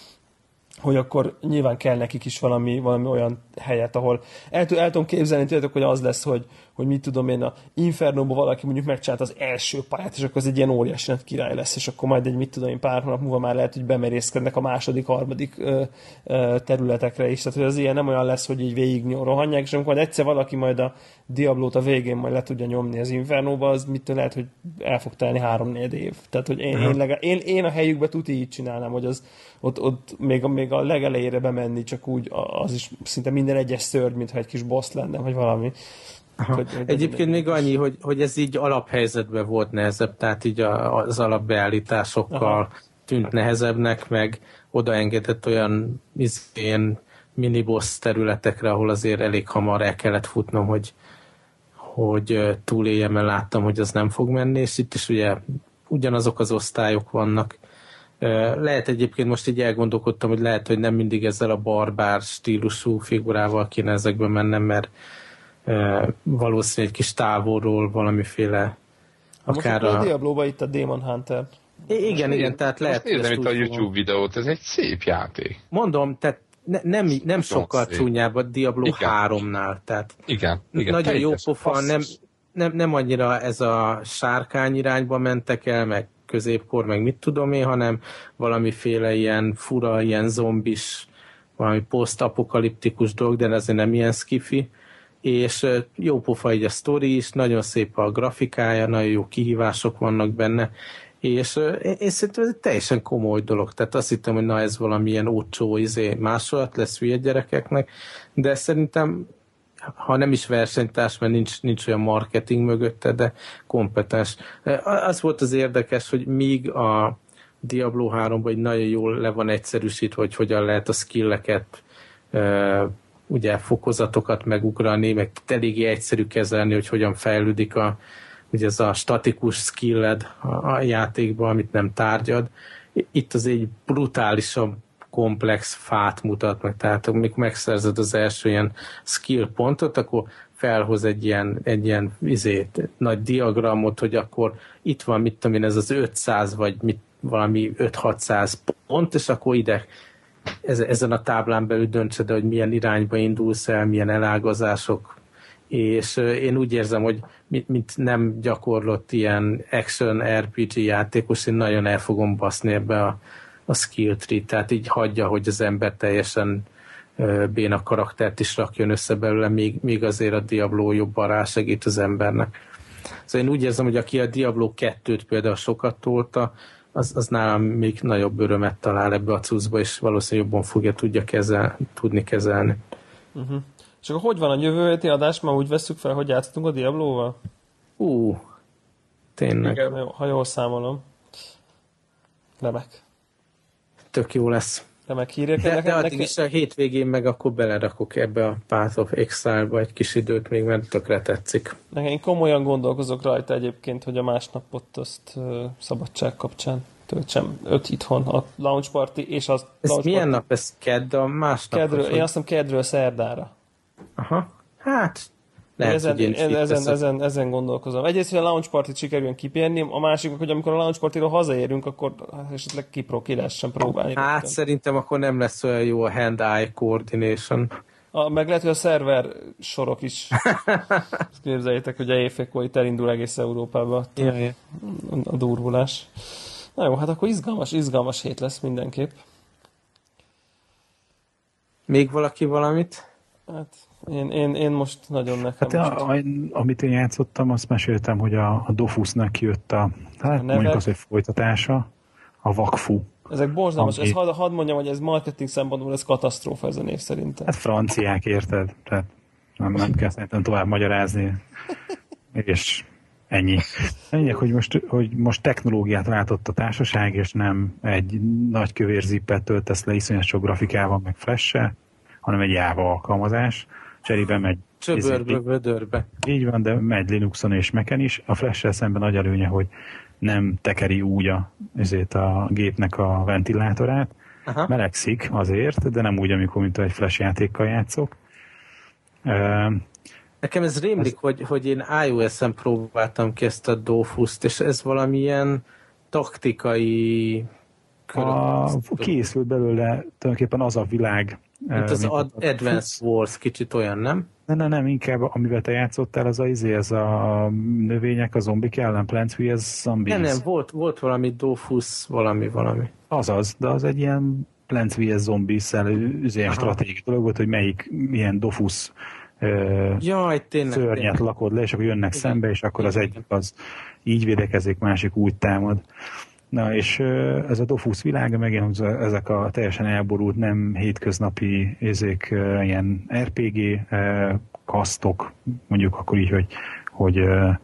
hogy akkor nyilván kell nekik is valami, valami olyan helyet, ahol el, el tudom képzelni, tudjátok, hogy az lesz, hogy, hogy mit tudom én, a Inferno-ban valaki mondjuk megcsinált az első pályát, és akkor az egy ilyen óriási nagy király lesz, és akkor majd egy mit tudom én, pár hónap múlva már lehet, hogy bemerészkednek a második, harmadik ö, ö, területekre is. Tehát, hogy az ilyen nem olyan lesz, hogy így végig rohanják, és amikor majd egyszer valaki majd a Diablót a végén majd le tudja nyomni az Inferno-ba, az mit lehet, hogy el fog telni három-négy év. Tehát, hogy én, én, legalább, én, én a helyükbe tuti így csinálnám, hogy az ott, ott még, még a legelejére bemenni, csak úgy az is szinte minden egyes szörny, mintha egy kis boss lenne, vagy valami. Hogy, hogy Egyébként még annyi, hogy, hogy ez így alaphelyzetben volt nehezebb, tehát így a, az alapbeállításokkal Aha. tűnt nehezebbnek, meg odaengedett olyan ilyen miniboss területekre, ahol azért elég hamar el kellett futnom, hogy, hogy túléljem, mert láttam, hogy az nem fog menni, és itt is ugye ugyanazok az osztályok vannak. Lehet egyébként most így elgondolkodtam, hogy lehet, hogy nem mindig ezzel a barbár stílusú figurával kéne ezekbe mennem, mert valószínűleg egy kis távolról valamiféle akár a... a Diablo-ban itt a Demon Hunter. I- igen, igen, tehát lehet... Most nézem itt a YouTube van. videót, ez egy szép játék. Mondom, tehát ne, nem, nem sokkal csúnyább a Diablo igen. háromnál, tehát igen, igen, nagyon jó pofa, nem, nem, nem annyira ez a sárkány irányba mentek el, meg középkor, meg mit tudom én, hanem valamiféle ilyen fura, ilyen zombis, valami posztapokaliptikus dolog, de azért nem ilyen skifi, és jó pofa így a sztori is, nagyon szép a grafikája, nagyon jó kihívások vannak benne, és én szerintem ez egy teljesen komoly dolog, tehát azt hittem, hogy na ez valamilyen ócsó izé, másolat lesz hülye gyerekeknek, de szerintem ha nem is versenytárs, mert nincs, nincs olyan marketing mögötte, de kompetens. Az volt az érdekes, hogy míg a Diablo háromban nagyon jól le van egyszerűsítve, hogy hogyan lehet a skilleket, ugye fokozatokat megugrani, meg eléggé egyszerű kezelni, hogy hogyan fejlődik a, ugye ez a statikus skilled a, a játékban, amit nem tárgyad. Itt az egy brutálisan komplex fát mutat meg, tehát amikor megszerzed az első ilyen skill pontot, akkor felhoz egy ilyen, egy ilyen izét, nagy diagramot, hogy akkor itt van, mit tudom én, ez az ötszáz, vagy mit, valami öt-hatszáz pont, és akkor ide ezen a táblán belül döntsed, hogy milyen irányba indulsz el, milyen elágazások, és én úgy érzem, hogy mint, mint nem gyakorlott ilyen action er pé gé játékos, én nagyon el fogom baszni ebbe a, a skill tree, tehát így hagyja, hogy az ember teljesen béna karaktert is rakjon össze belőle, még, még azért a Diablo jobban rásegít az embernek. Szóval én úgy érzem, hogy aki a Diablo kettőt például sokat tolta, az, az nálam még nagyobb örömet talál ebbe a cuccba, és valószínűleg jobban fogja tudja kezel, tudni kezelni. Uh-huh. És akkor hogy van a jövő héti adás? Már úgy vesszük fel, hogy játszottunk a Diablóval? Ú, uh, tényleg. Igen, ha jól számolom. Remek. Tök jó lesz. Remek hírek. De, nekem, de addig nekem... is a hétvégén meg akkor belerakok ebbe a Path of Exile-ba egy kis időt még, mert tökre tetszik. Nekem én komolyan gondolkozok rajta egyébként, hogy a másnapot azt uh, szabadság kapcsán töltsem. Öt itthon, a launch party és az... Ez milyen party. nap? Ez kedd a másnap? Kedről, én azt mondom kedről szerdára. Aha. Hát... Lehet, ezen, hogy én ezen, ezen, ezen, ezen gondolkozom. Egyrészt, hogy a launch party-t sikerüljön kipérni, a másik, hogy amikor a launch party-ról hazaérünk, akkor esetleg kipro ki lehessen próbálni. Hát rögtön. Szerintem akkor nem lesz olyan jó a hand-eye coordination. A, meg lehet, hogy a szerver sorok is. Képzeljétek, hogy a éjfélkor itt elindul egész Európába a, ja, ja. a durvulás. Na jó, hát akkor izgalmas, izgalmas hét lesz mindenképp. Még valaki valamit? Hát én, én, én most nagyon nekem... Hát a, a, amit én játszottam, azt meséltem, hogy a, a Dofusnak jött a, hát a mondjuk az, hogy folytatása, a Vakfu. Ezek borzalmas, ami... ez hadd had mondjam, hogy ez marketing szempontból ez katasztrófa ez a név szerintem. Hát franciák, érted? Tehát nem, nem kell szerintem tovább magyarázni. És ennyi. Ennyi, hogy most, hogy most technológiát váltott a társaság, és nem egy nagy kövér zippet töltesz le iszonyat sok grafikával, meg flash-sel, hanem egy Java alkalmazás. Cserébe megy... Csöbörbe, vödörbe. Így van, de megy Linuxon és Mac-en is. A flash-sel szemben nagy előnye, hogy nem tekeri úgy a, ezért a gépnek a ventilátorát. Aha. Melegszik azért, de nem úgy, amikor mint egy flash játékkal játszok. Nekem ez rémlik, ez... hogy, hogy én iOS-en próbáltam ki ezt a Dofust, és ez valamilyen taktikai... A, készült belőle tulajdonképpen az a világ. Mint az mint Advance Wars, kicsit olyan, nem? Nem, nem, nem, inkább amivel te játszottál, az a, izé, ez a növények, a zombik ellen, Plants vs. Zombies. Nem, nem, volt, volt valami Dofus, valami, valami. Azaz, de az egy ilyen Plants vs. Zombies-szel üzén stratégiai dolog volt, hogy melyik milyen Dofus Jaj, tényleg, szörnyet tényleg. lakod le, és akkor jönnek igen, szembe, és akkor igen, az egyik az így védekezik, másik úgy támad. Na, és ez a Dofus világa, megint ezek a teljesen elborult, nem hétköznapi ezek, ilyen er pé gé kasztok, mondjuk akkor így, hogy, hogy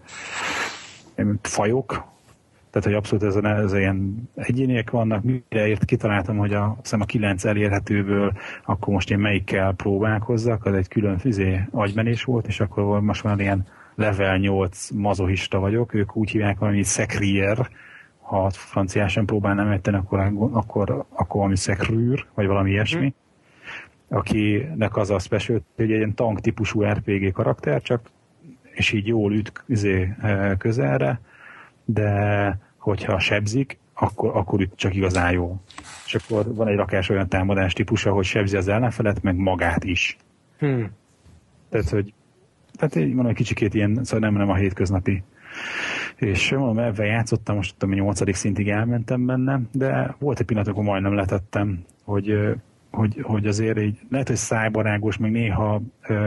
fajok, tehát, hogy abszolút ez, a, ez a ilyen egyéniek vannak, mire ért kitaláltam, hogy a, a kilenc elérhetőből, akkor most én melyikkel próbálkozzak, az egy külön fizé agymenés volt, és akkor most már ilyen level nyolc mazohista vagyok, ők úgy hívják valami Sekrier, ha franciásan próbálnám ejteni, akkor, akkor, akkor valami Sekrűr, vagy valami ilyesmi, mm. akinek az a special, hogy egy ilyen tank típusú er pé gé karakter, csak és így jól üt közelre, de hogyha sebzik, akkor, akkor üt csak igazán jó. És akkor van egy rakás olyan támadás típusa, hogy sebzi az ellenfelet, meg magát is. Hmm. Tehát, hogy tehát így van egy kicsikét ilyen, szóval nem, nem a hétköznapi. És mondom, ebben játszottam, most tudom, hogy nyolcadik szintig elmentem benne, de volt egy pillanat, akkor majdnem letettem, hogy, hogy, hogy azért így, lehet, hogy szájbarágos, meg néha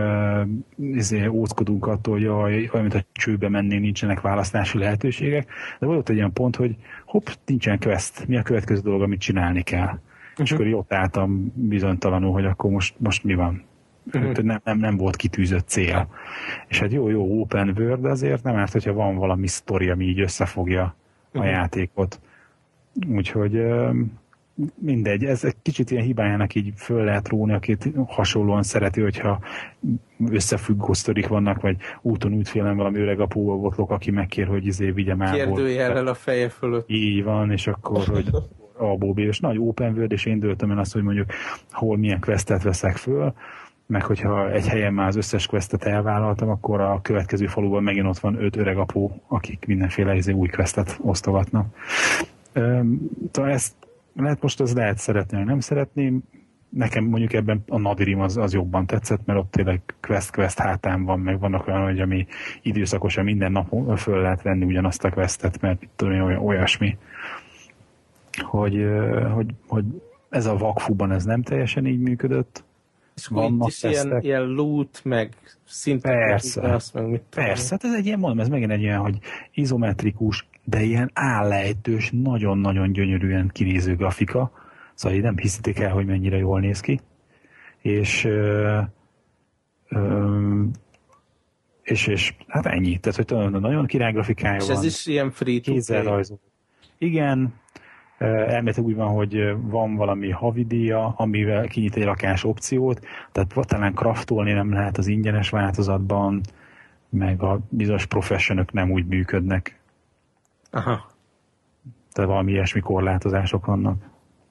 uh, óckodunk attól, hogy jaj, olyan, mint a csőbe mennénk, nincsenek választási lehetőségek, de volt egy olyan pont, hogy hopp, nincsen quest, mi a következő dolog, amit csinálni kell. Uh-huh. És akkor ott álltam bizonytalanul, hogy akkor most, most mi van. Uh-huh. Nem, nem, nem volt kitűzött cél. És hát jó, jó open world, de azért nem árt, hogyha van valami sztori, ami így összefogja uh-huh. a játékot. Úgyhogy mindegy, ez egy kicsit ilyen hibájának így föl lehet róni, akit hasonlóan szereti, hogyha összefüggő sztorik vannak, vagy úton útfélen valami öreg apóval botlok, aki megkér, hogy izé vigye már. Kérdőjellel a feje fölött. Így van, és akkor, hogy A, B, B, és nagy open world, és én döltöm el azt, hogy mondjuk hol milyen questet veszek föl, meg hogyha egy helyen már az összes questet elvállaltam, akkor a következő faluban megint ott van öt öreg apó, akik mindenféle izé új questet osztogatnak. Tehát ezt lehet most ez lehet szeretni, nem szeretném. Nekem mondjuk ebben a Nadirim az, az jobban tetszett, mert ott tényleg quest-quest hátán van, meg vannak olyan, hogy ami időszakosan minden nap föl lehet venni ugyanazt a questet, mert tudom, olyan, olyasmi, hogy, hogy, hogy ez a Vakfuban ez nem teljesen így működött. És vannak is ilyen, ilyen loot, meg szintek. Persze, meg mit persze. Hát ez egy ilyen, mondom, ez megint egy ilyen, hogy izometrikus, de ilyen állejtős, nagyon-nagyon gyönyörűen kinéző grafika, szóval nem hiszitek el, hogy mennyire jól néz ki, és ö, ö, és, és hát ennyi, tehát hogy nagyon király grafikája és van. És ez is ilyen free-to-play? Igen, elméletileg úgy van, hogy van valami havidíja, amivel kinyit egy rakás opciót, tehát talán craftolni nem lehet az ingyenes változatban, meg a bizonyos professionök nem úgy működnek. Aha. Tehát valami ilyesmi korlátozások vannak.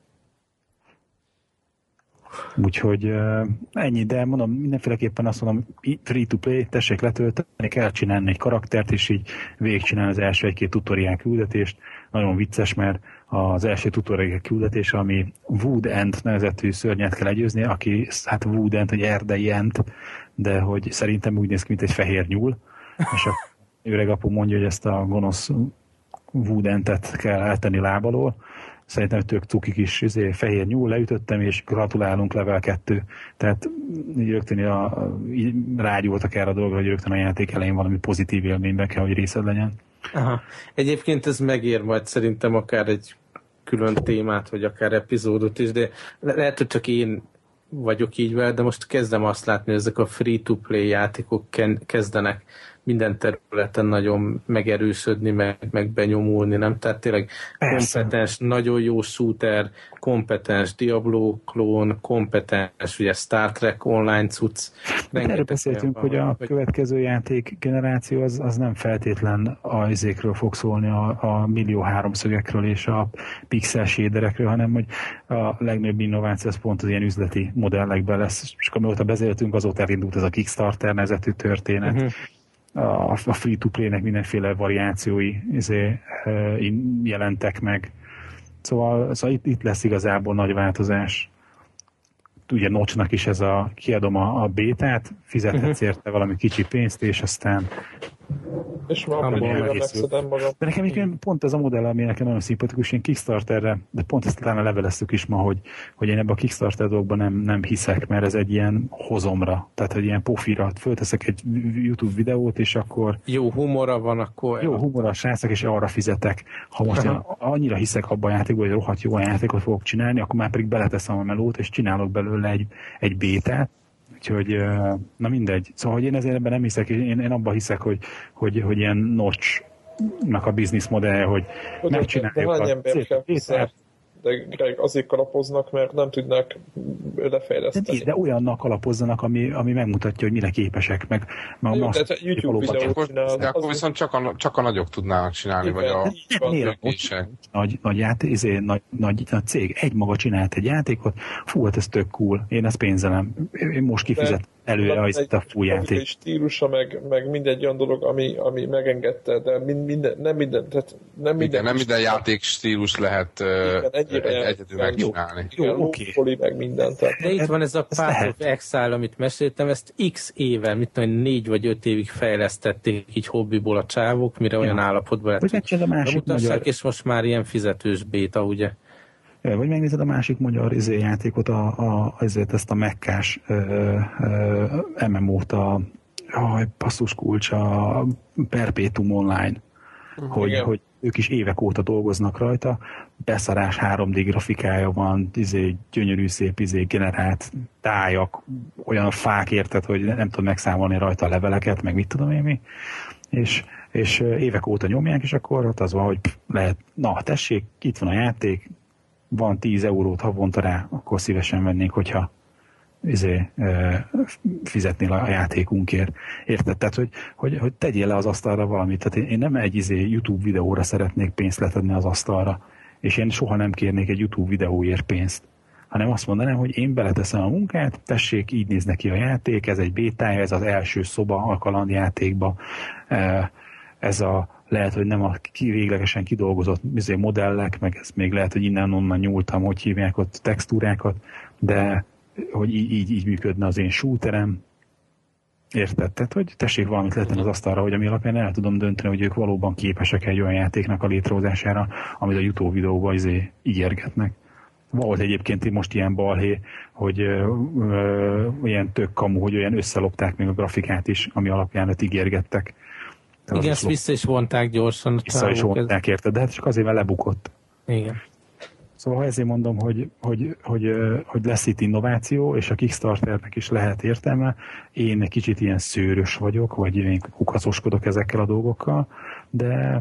Úgyhogy ennyi, de mondom, mindenféleképpen azt mondom, free-to-play, tessék letölteni, kell csinálni egy karaktert, és így végigcsinálni az első egy-két tutoriál küldetést. Nagyon vicces, mert az első tutoriál küldetés, ami Wood Ant nevezetű szörnyet kell legyőzni, aki, hát Wood Ant, egy erdei ent, de hogy szerintem úgy néz ki, mint egy fehér nyúl, és a öregapu mondja, hogy ezt a gonosz Wood Antet kell eltenni lábalól. Szerintem tök cuki kis izé, fehér nyúl, leütöttem, és gratulálunk, level kettő. Tehát rögtön a, rágyúltak erre a dologra, hogy rögtön a játék elején valami pozitív élményben kell, hogy részed legyen. Aha. Egyébként ez megér majd szerintem akár egy külön témát, vagy akár epizódot is, de le- lehet, hogy csak én vagyok így vele, de most kezdem azt látni, hogy ezek a free-to-play játékok kezdenek minden területen nagyon megerősödni, meg, meg benyomulni, nem? Tehát tényleg Persze. kompetens, nagyon jó shooter, kompetens Diablo klón, kompetens, ugye Star Trek online cucc. Erről beszéltünk, hogy a vagy... következő játék generáció az, az nem feltétlen a izékről fog szólni, a, a millió háromszögekről és a pixel shaderekről, hanem hogy a legnagyobb innováció az pont az ilyen üzleti modellekben lesz. És amióta beszéltünk, azóta elindult ez a Kickstarter nevezetű történet. Uh-huh. A, a free-to-play-nek mindenféle variációi izé, jelentek meg. Szóval, szóval itt, itt lesz igazából nagy változás. Ugye Notchnak is ez a, kiadom a, a bétát, fizethetsz uh-huh. érte valami kicsi pénzt, és aztán és már megszedem magam. De nekem egyébként pont ez a modell, ami nekem nagyon szimpatikus, én Kickstarterre, de pont ezt talán leveleztük is ma, hogy, hogy én ebben a Kickstarter dolgokban nem, nem hiszek, mert ez egy ilyen hozomra, tehát egy ilyen pofira, fölteszek egy YouTube videót, és akkor jó humora van, akkor jó humora, srácok, és arra fizetek. Ha most én annyira hiszek abban a játékban, hogy rohadt jó játékot fogok csinálni, akkor már pedig beleteszem a melót, és csinálok belőle egy, egy bétát. Úgyhogy, na mindegy. Szóval, hogy én ezért ebben nem hiszek, én, én abban hiszek, hogy, hogy, hogy ilyen Notch-nak a bizniszmodellje, hogy de, megcsináljuk de, de a bétát. De Greg, azért kalapoznak, mert nem tudnak lefejleszteni. De, de olyannak kalapozzanak, ami, ami megmutatja, hogy mire képesek. Meg, meg jó, de YouTube videót csinál. De akkor viszont csak a, csak a nagyok tudnának csinálni, igen, vagy a... Miért? Nagy, nagy, játék, izé, nagy, nagy, nagy cég egy maga csinált egy játékot, fú, hát ez tök cool, én ezt pénzelem. Én most kifizet előre a, a full játék. Stílusa, meg, meg mindegy olyan dolog, ami, ami megengedte, de minden, nem minden, tehát nem minden, igen, nem minden játék stílus lehet igen, egy, egy, egyedül megcsinálni. Jó, jó oké. Okay. Meg minden, tehát. De itt van ez a Path of Exile, amit meséltem, ezt x éve, mit tudom, négy vagy öt évig fejlesztették így hobbiból a csávok, mire ja. olyan állapotban lett, hogy bemutassák, magyar... és most már ilyen fizetős béta, ugye? Vagy megnézed a másik magyar izé játékot, a, a, ezért ezt a mekkás em em ó-t, a jaj, passzus kulcs, a Perpetuum Online, uh-huh, hogy, hogy ők is évek óta dolgoznak rajta, beszarás három dé grafikája van, izé, gyönyörű szép izé, generált tájak, olyan fák, érted, hogy nem tudom megszámolni rajta a leveleket, meg mit tudom én mi, és, és évek óta nyomják, és akkor ott az van, hogy lehet, na tessék, itt van a játék, van tíz eurót havonta rá, akkor szívesen vennénk, hogyha izé, e, fizetnél a játékunkért. Érted? Tehát, hogy, hogy, hogy tegyél le az asztalra valamit. Tehát én nem egy izé, YouTube videóra szeretnék pénzt letenni az asztalra, és én soha nem kérnék egy YouTube videóért pénzt, hanem azt mondanám, hogy én beleteszem a munkát, tessék, így néz neki a játék, ez egy bétája, ez az első szoba a kalandjátékba, e, ez a lehet, hogy nem a véglegesen kidolgozott modellek, meg ez még lehet, hogy innen-onnan nyúltam, hogy hívják ott textúrákat, de hogy így, így, így működne az én shooterem. Érted? Tehát, hogy tessék valamit letenni az asztalra, hogy ami alapján el tudom dönteni, hogy ők valóban képesek egy olyan játéknak a létrehozására, amit a YouTube videóban izé ígérgetnek. Volt egyébként most ilyen balhé, hogy ö, ö, ilyen tök kamu, hogy olyan összelopták még a grafikát is, ami alapján ott ígérgettek. Igen, ezt vissza is vonták gyorsan. Vissza is vonták, érted, de hát csak azért, mert lebukott. Igen. Szóval ezért mondom, hogy, hogy, hogy, hogy lesz itt innováció, és a Kickstarternek is lehet értelme. Én egy kicsit ilyen szőrös vagyok, vagy én kukacoskodok ezekkel a dolgokkal, de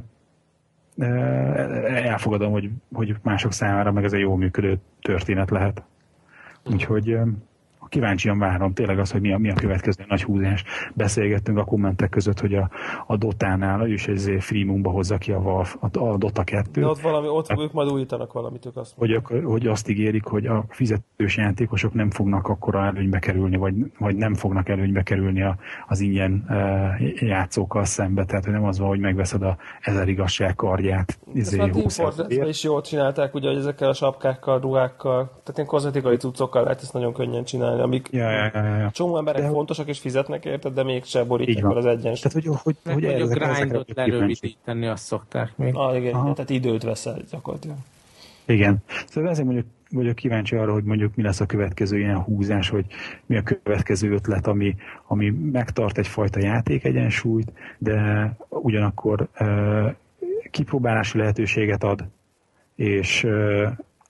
elfogadom, hogy, hogy mások számára meg ez egy jól működő történet lehet. Úgyhogy kíváncsian várom tényleg az, hogy mi a, mi a következő nagy húzás. Beszélgettünk a kommentek között, hogy a, a Dotánál ő is egy freemiumba hozza ki a Valve, a, a Dota kettőt. De ott valami, ott ők majd újítanak valamit, ők azt hogy, hogy azt ígérik, hogy a fizetős játékosok nem fognak akkora előnybe kerülni, vagy, vagy nem fognak előnybe kerülni a, az ingyen uh, játszókkal szembe. Tehát, hogy nem az van, hogy megveszed a ezer igazság kardját. Ezt már Team Fortressben is jól csinálták, ugye, hogy ezekkel a sapkákkal, ruhákkal, tehát ilyen kozmetikai cuccokkal lehet ezt nagyon könnyen csinálni. Amik ja, ja, ja, ja. csomó emberek de fontosak és fizetnek érted, de mégse borítják el az egyensúlyt. Tehát, hogy, hogy, hogy a grindot lerövidíteni, azt szokták még. Ah, igen, igen, tehát időt veszel gyakorlatilag. Igen. Szóval ezért mondjuk, vagyok kíváncsi arra, hogy mondjuk mi lesz a következő ilyen húzás, hogy mi a következő ötlet, ami, ami megtart egyfajta játékegyensúlyt, de ugyanakkor uh, kipróbálási lehetőséget ad, és, uh,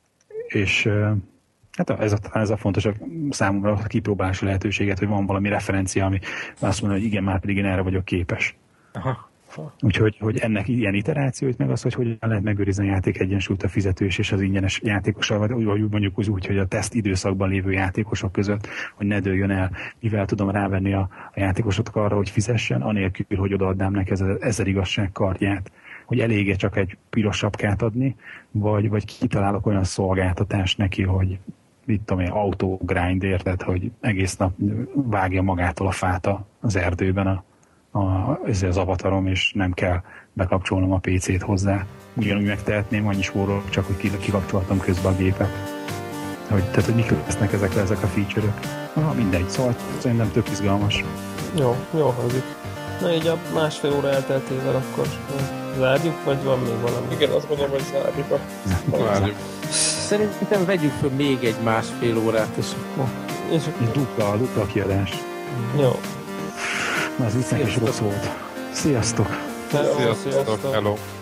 és uh, hát ez a, ez a fontos a számomra a kipróbálási lehetőséget, hogy van valami referencia, ami azt mondja, hogy igen, már pedig én erre vagyok képes. Aha. Úgyhogy hogy ennek ilyen iterációit, meg az, hogy hogyan lehet megőrizni a játék egyensúlyt a fizetős és az ingyenes játékossal, vagy mondjuk úgy, hogy a teszt időszakban lévő játékosok között, hogy ne dőljön el, mivel tudom rávenni a, a játékosokat arra, hogy fizessen, anélkül, hogy odaadnám neki ezer, ezer igazság kardját. Hogy elég-e csak egy piros sapkát adni, vagy, vagy kitalálok olyan szolgáltatást neki, hogy mit tudom én, autogrind, érted, hogy egész nap vágja magától a fát az erdőben a, a, az avatarom, és nem kell bekapcsolnom a pé cét hozzá. Ugyanúgy megtehetném, annyi spórolok, csak hogy kikapcsoltam közben a gépet. Hogy, tehát, hogy mik lesznek ezek, ezek a feature-ök. Ah, mindegy, szóval szerintem tök izgalmas. Jó, jó hangzik. Na így a másfél óra elteltével akkor zárjuk, vagy van még valami? Igen, azt gondolom, hogy zárjuk. A... Zárjuk. Szerintem vegyük fel még egy másfél órát, és akkor... És dupla, dupla kiadás. Jó. Na, az viccnek is rossz volt. Sziasztok! Sziasztok, hello!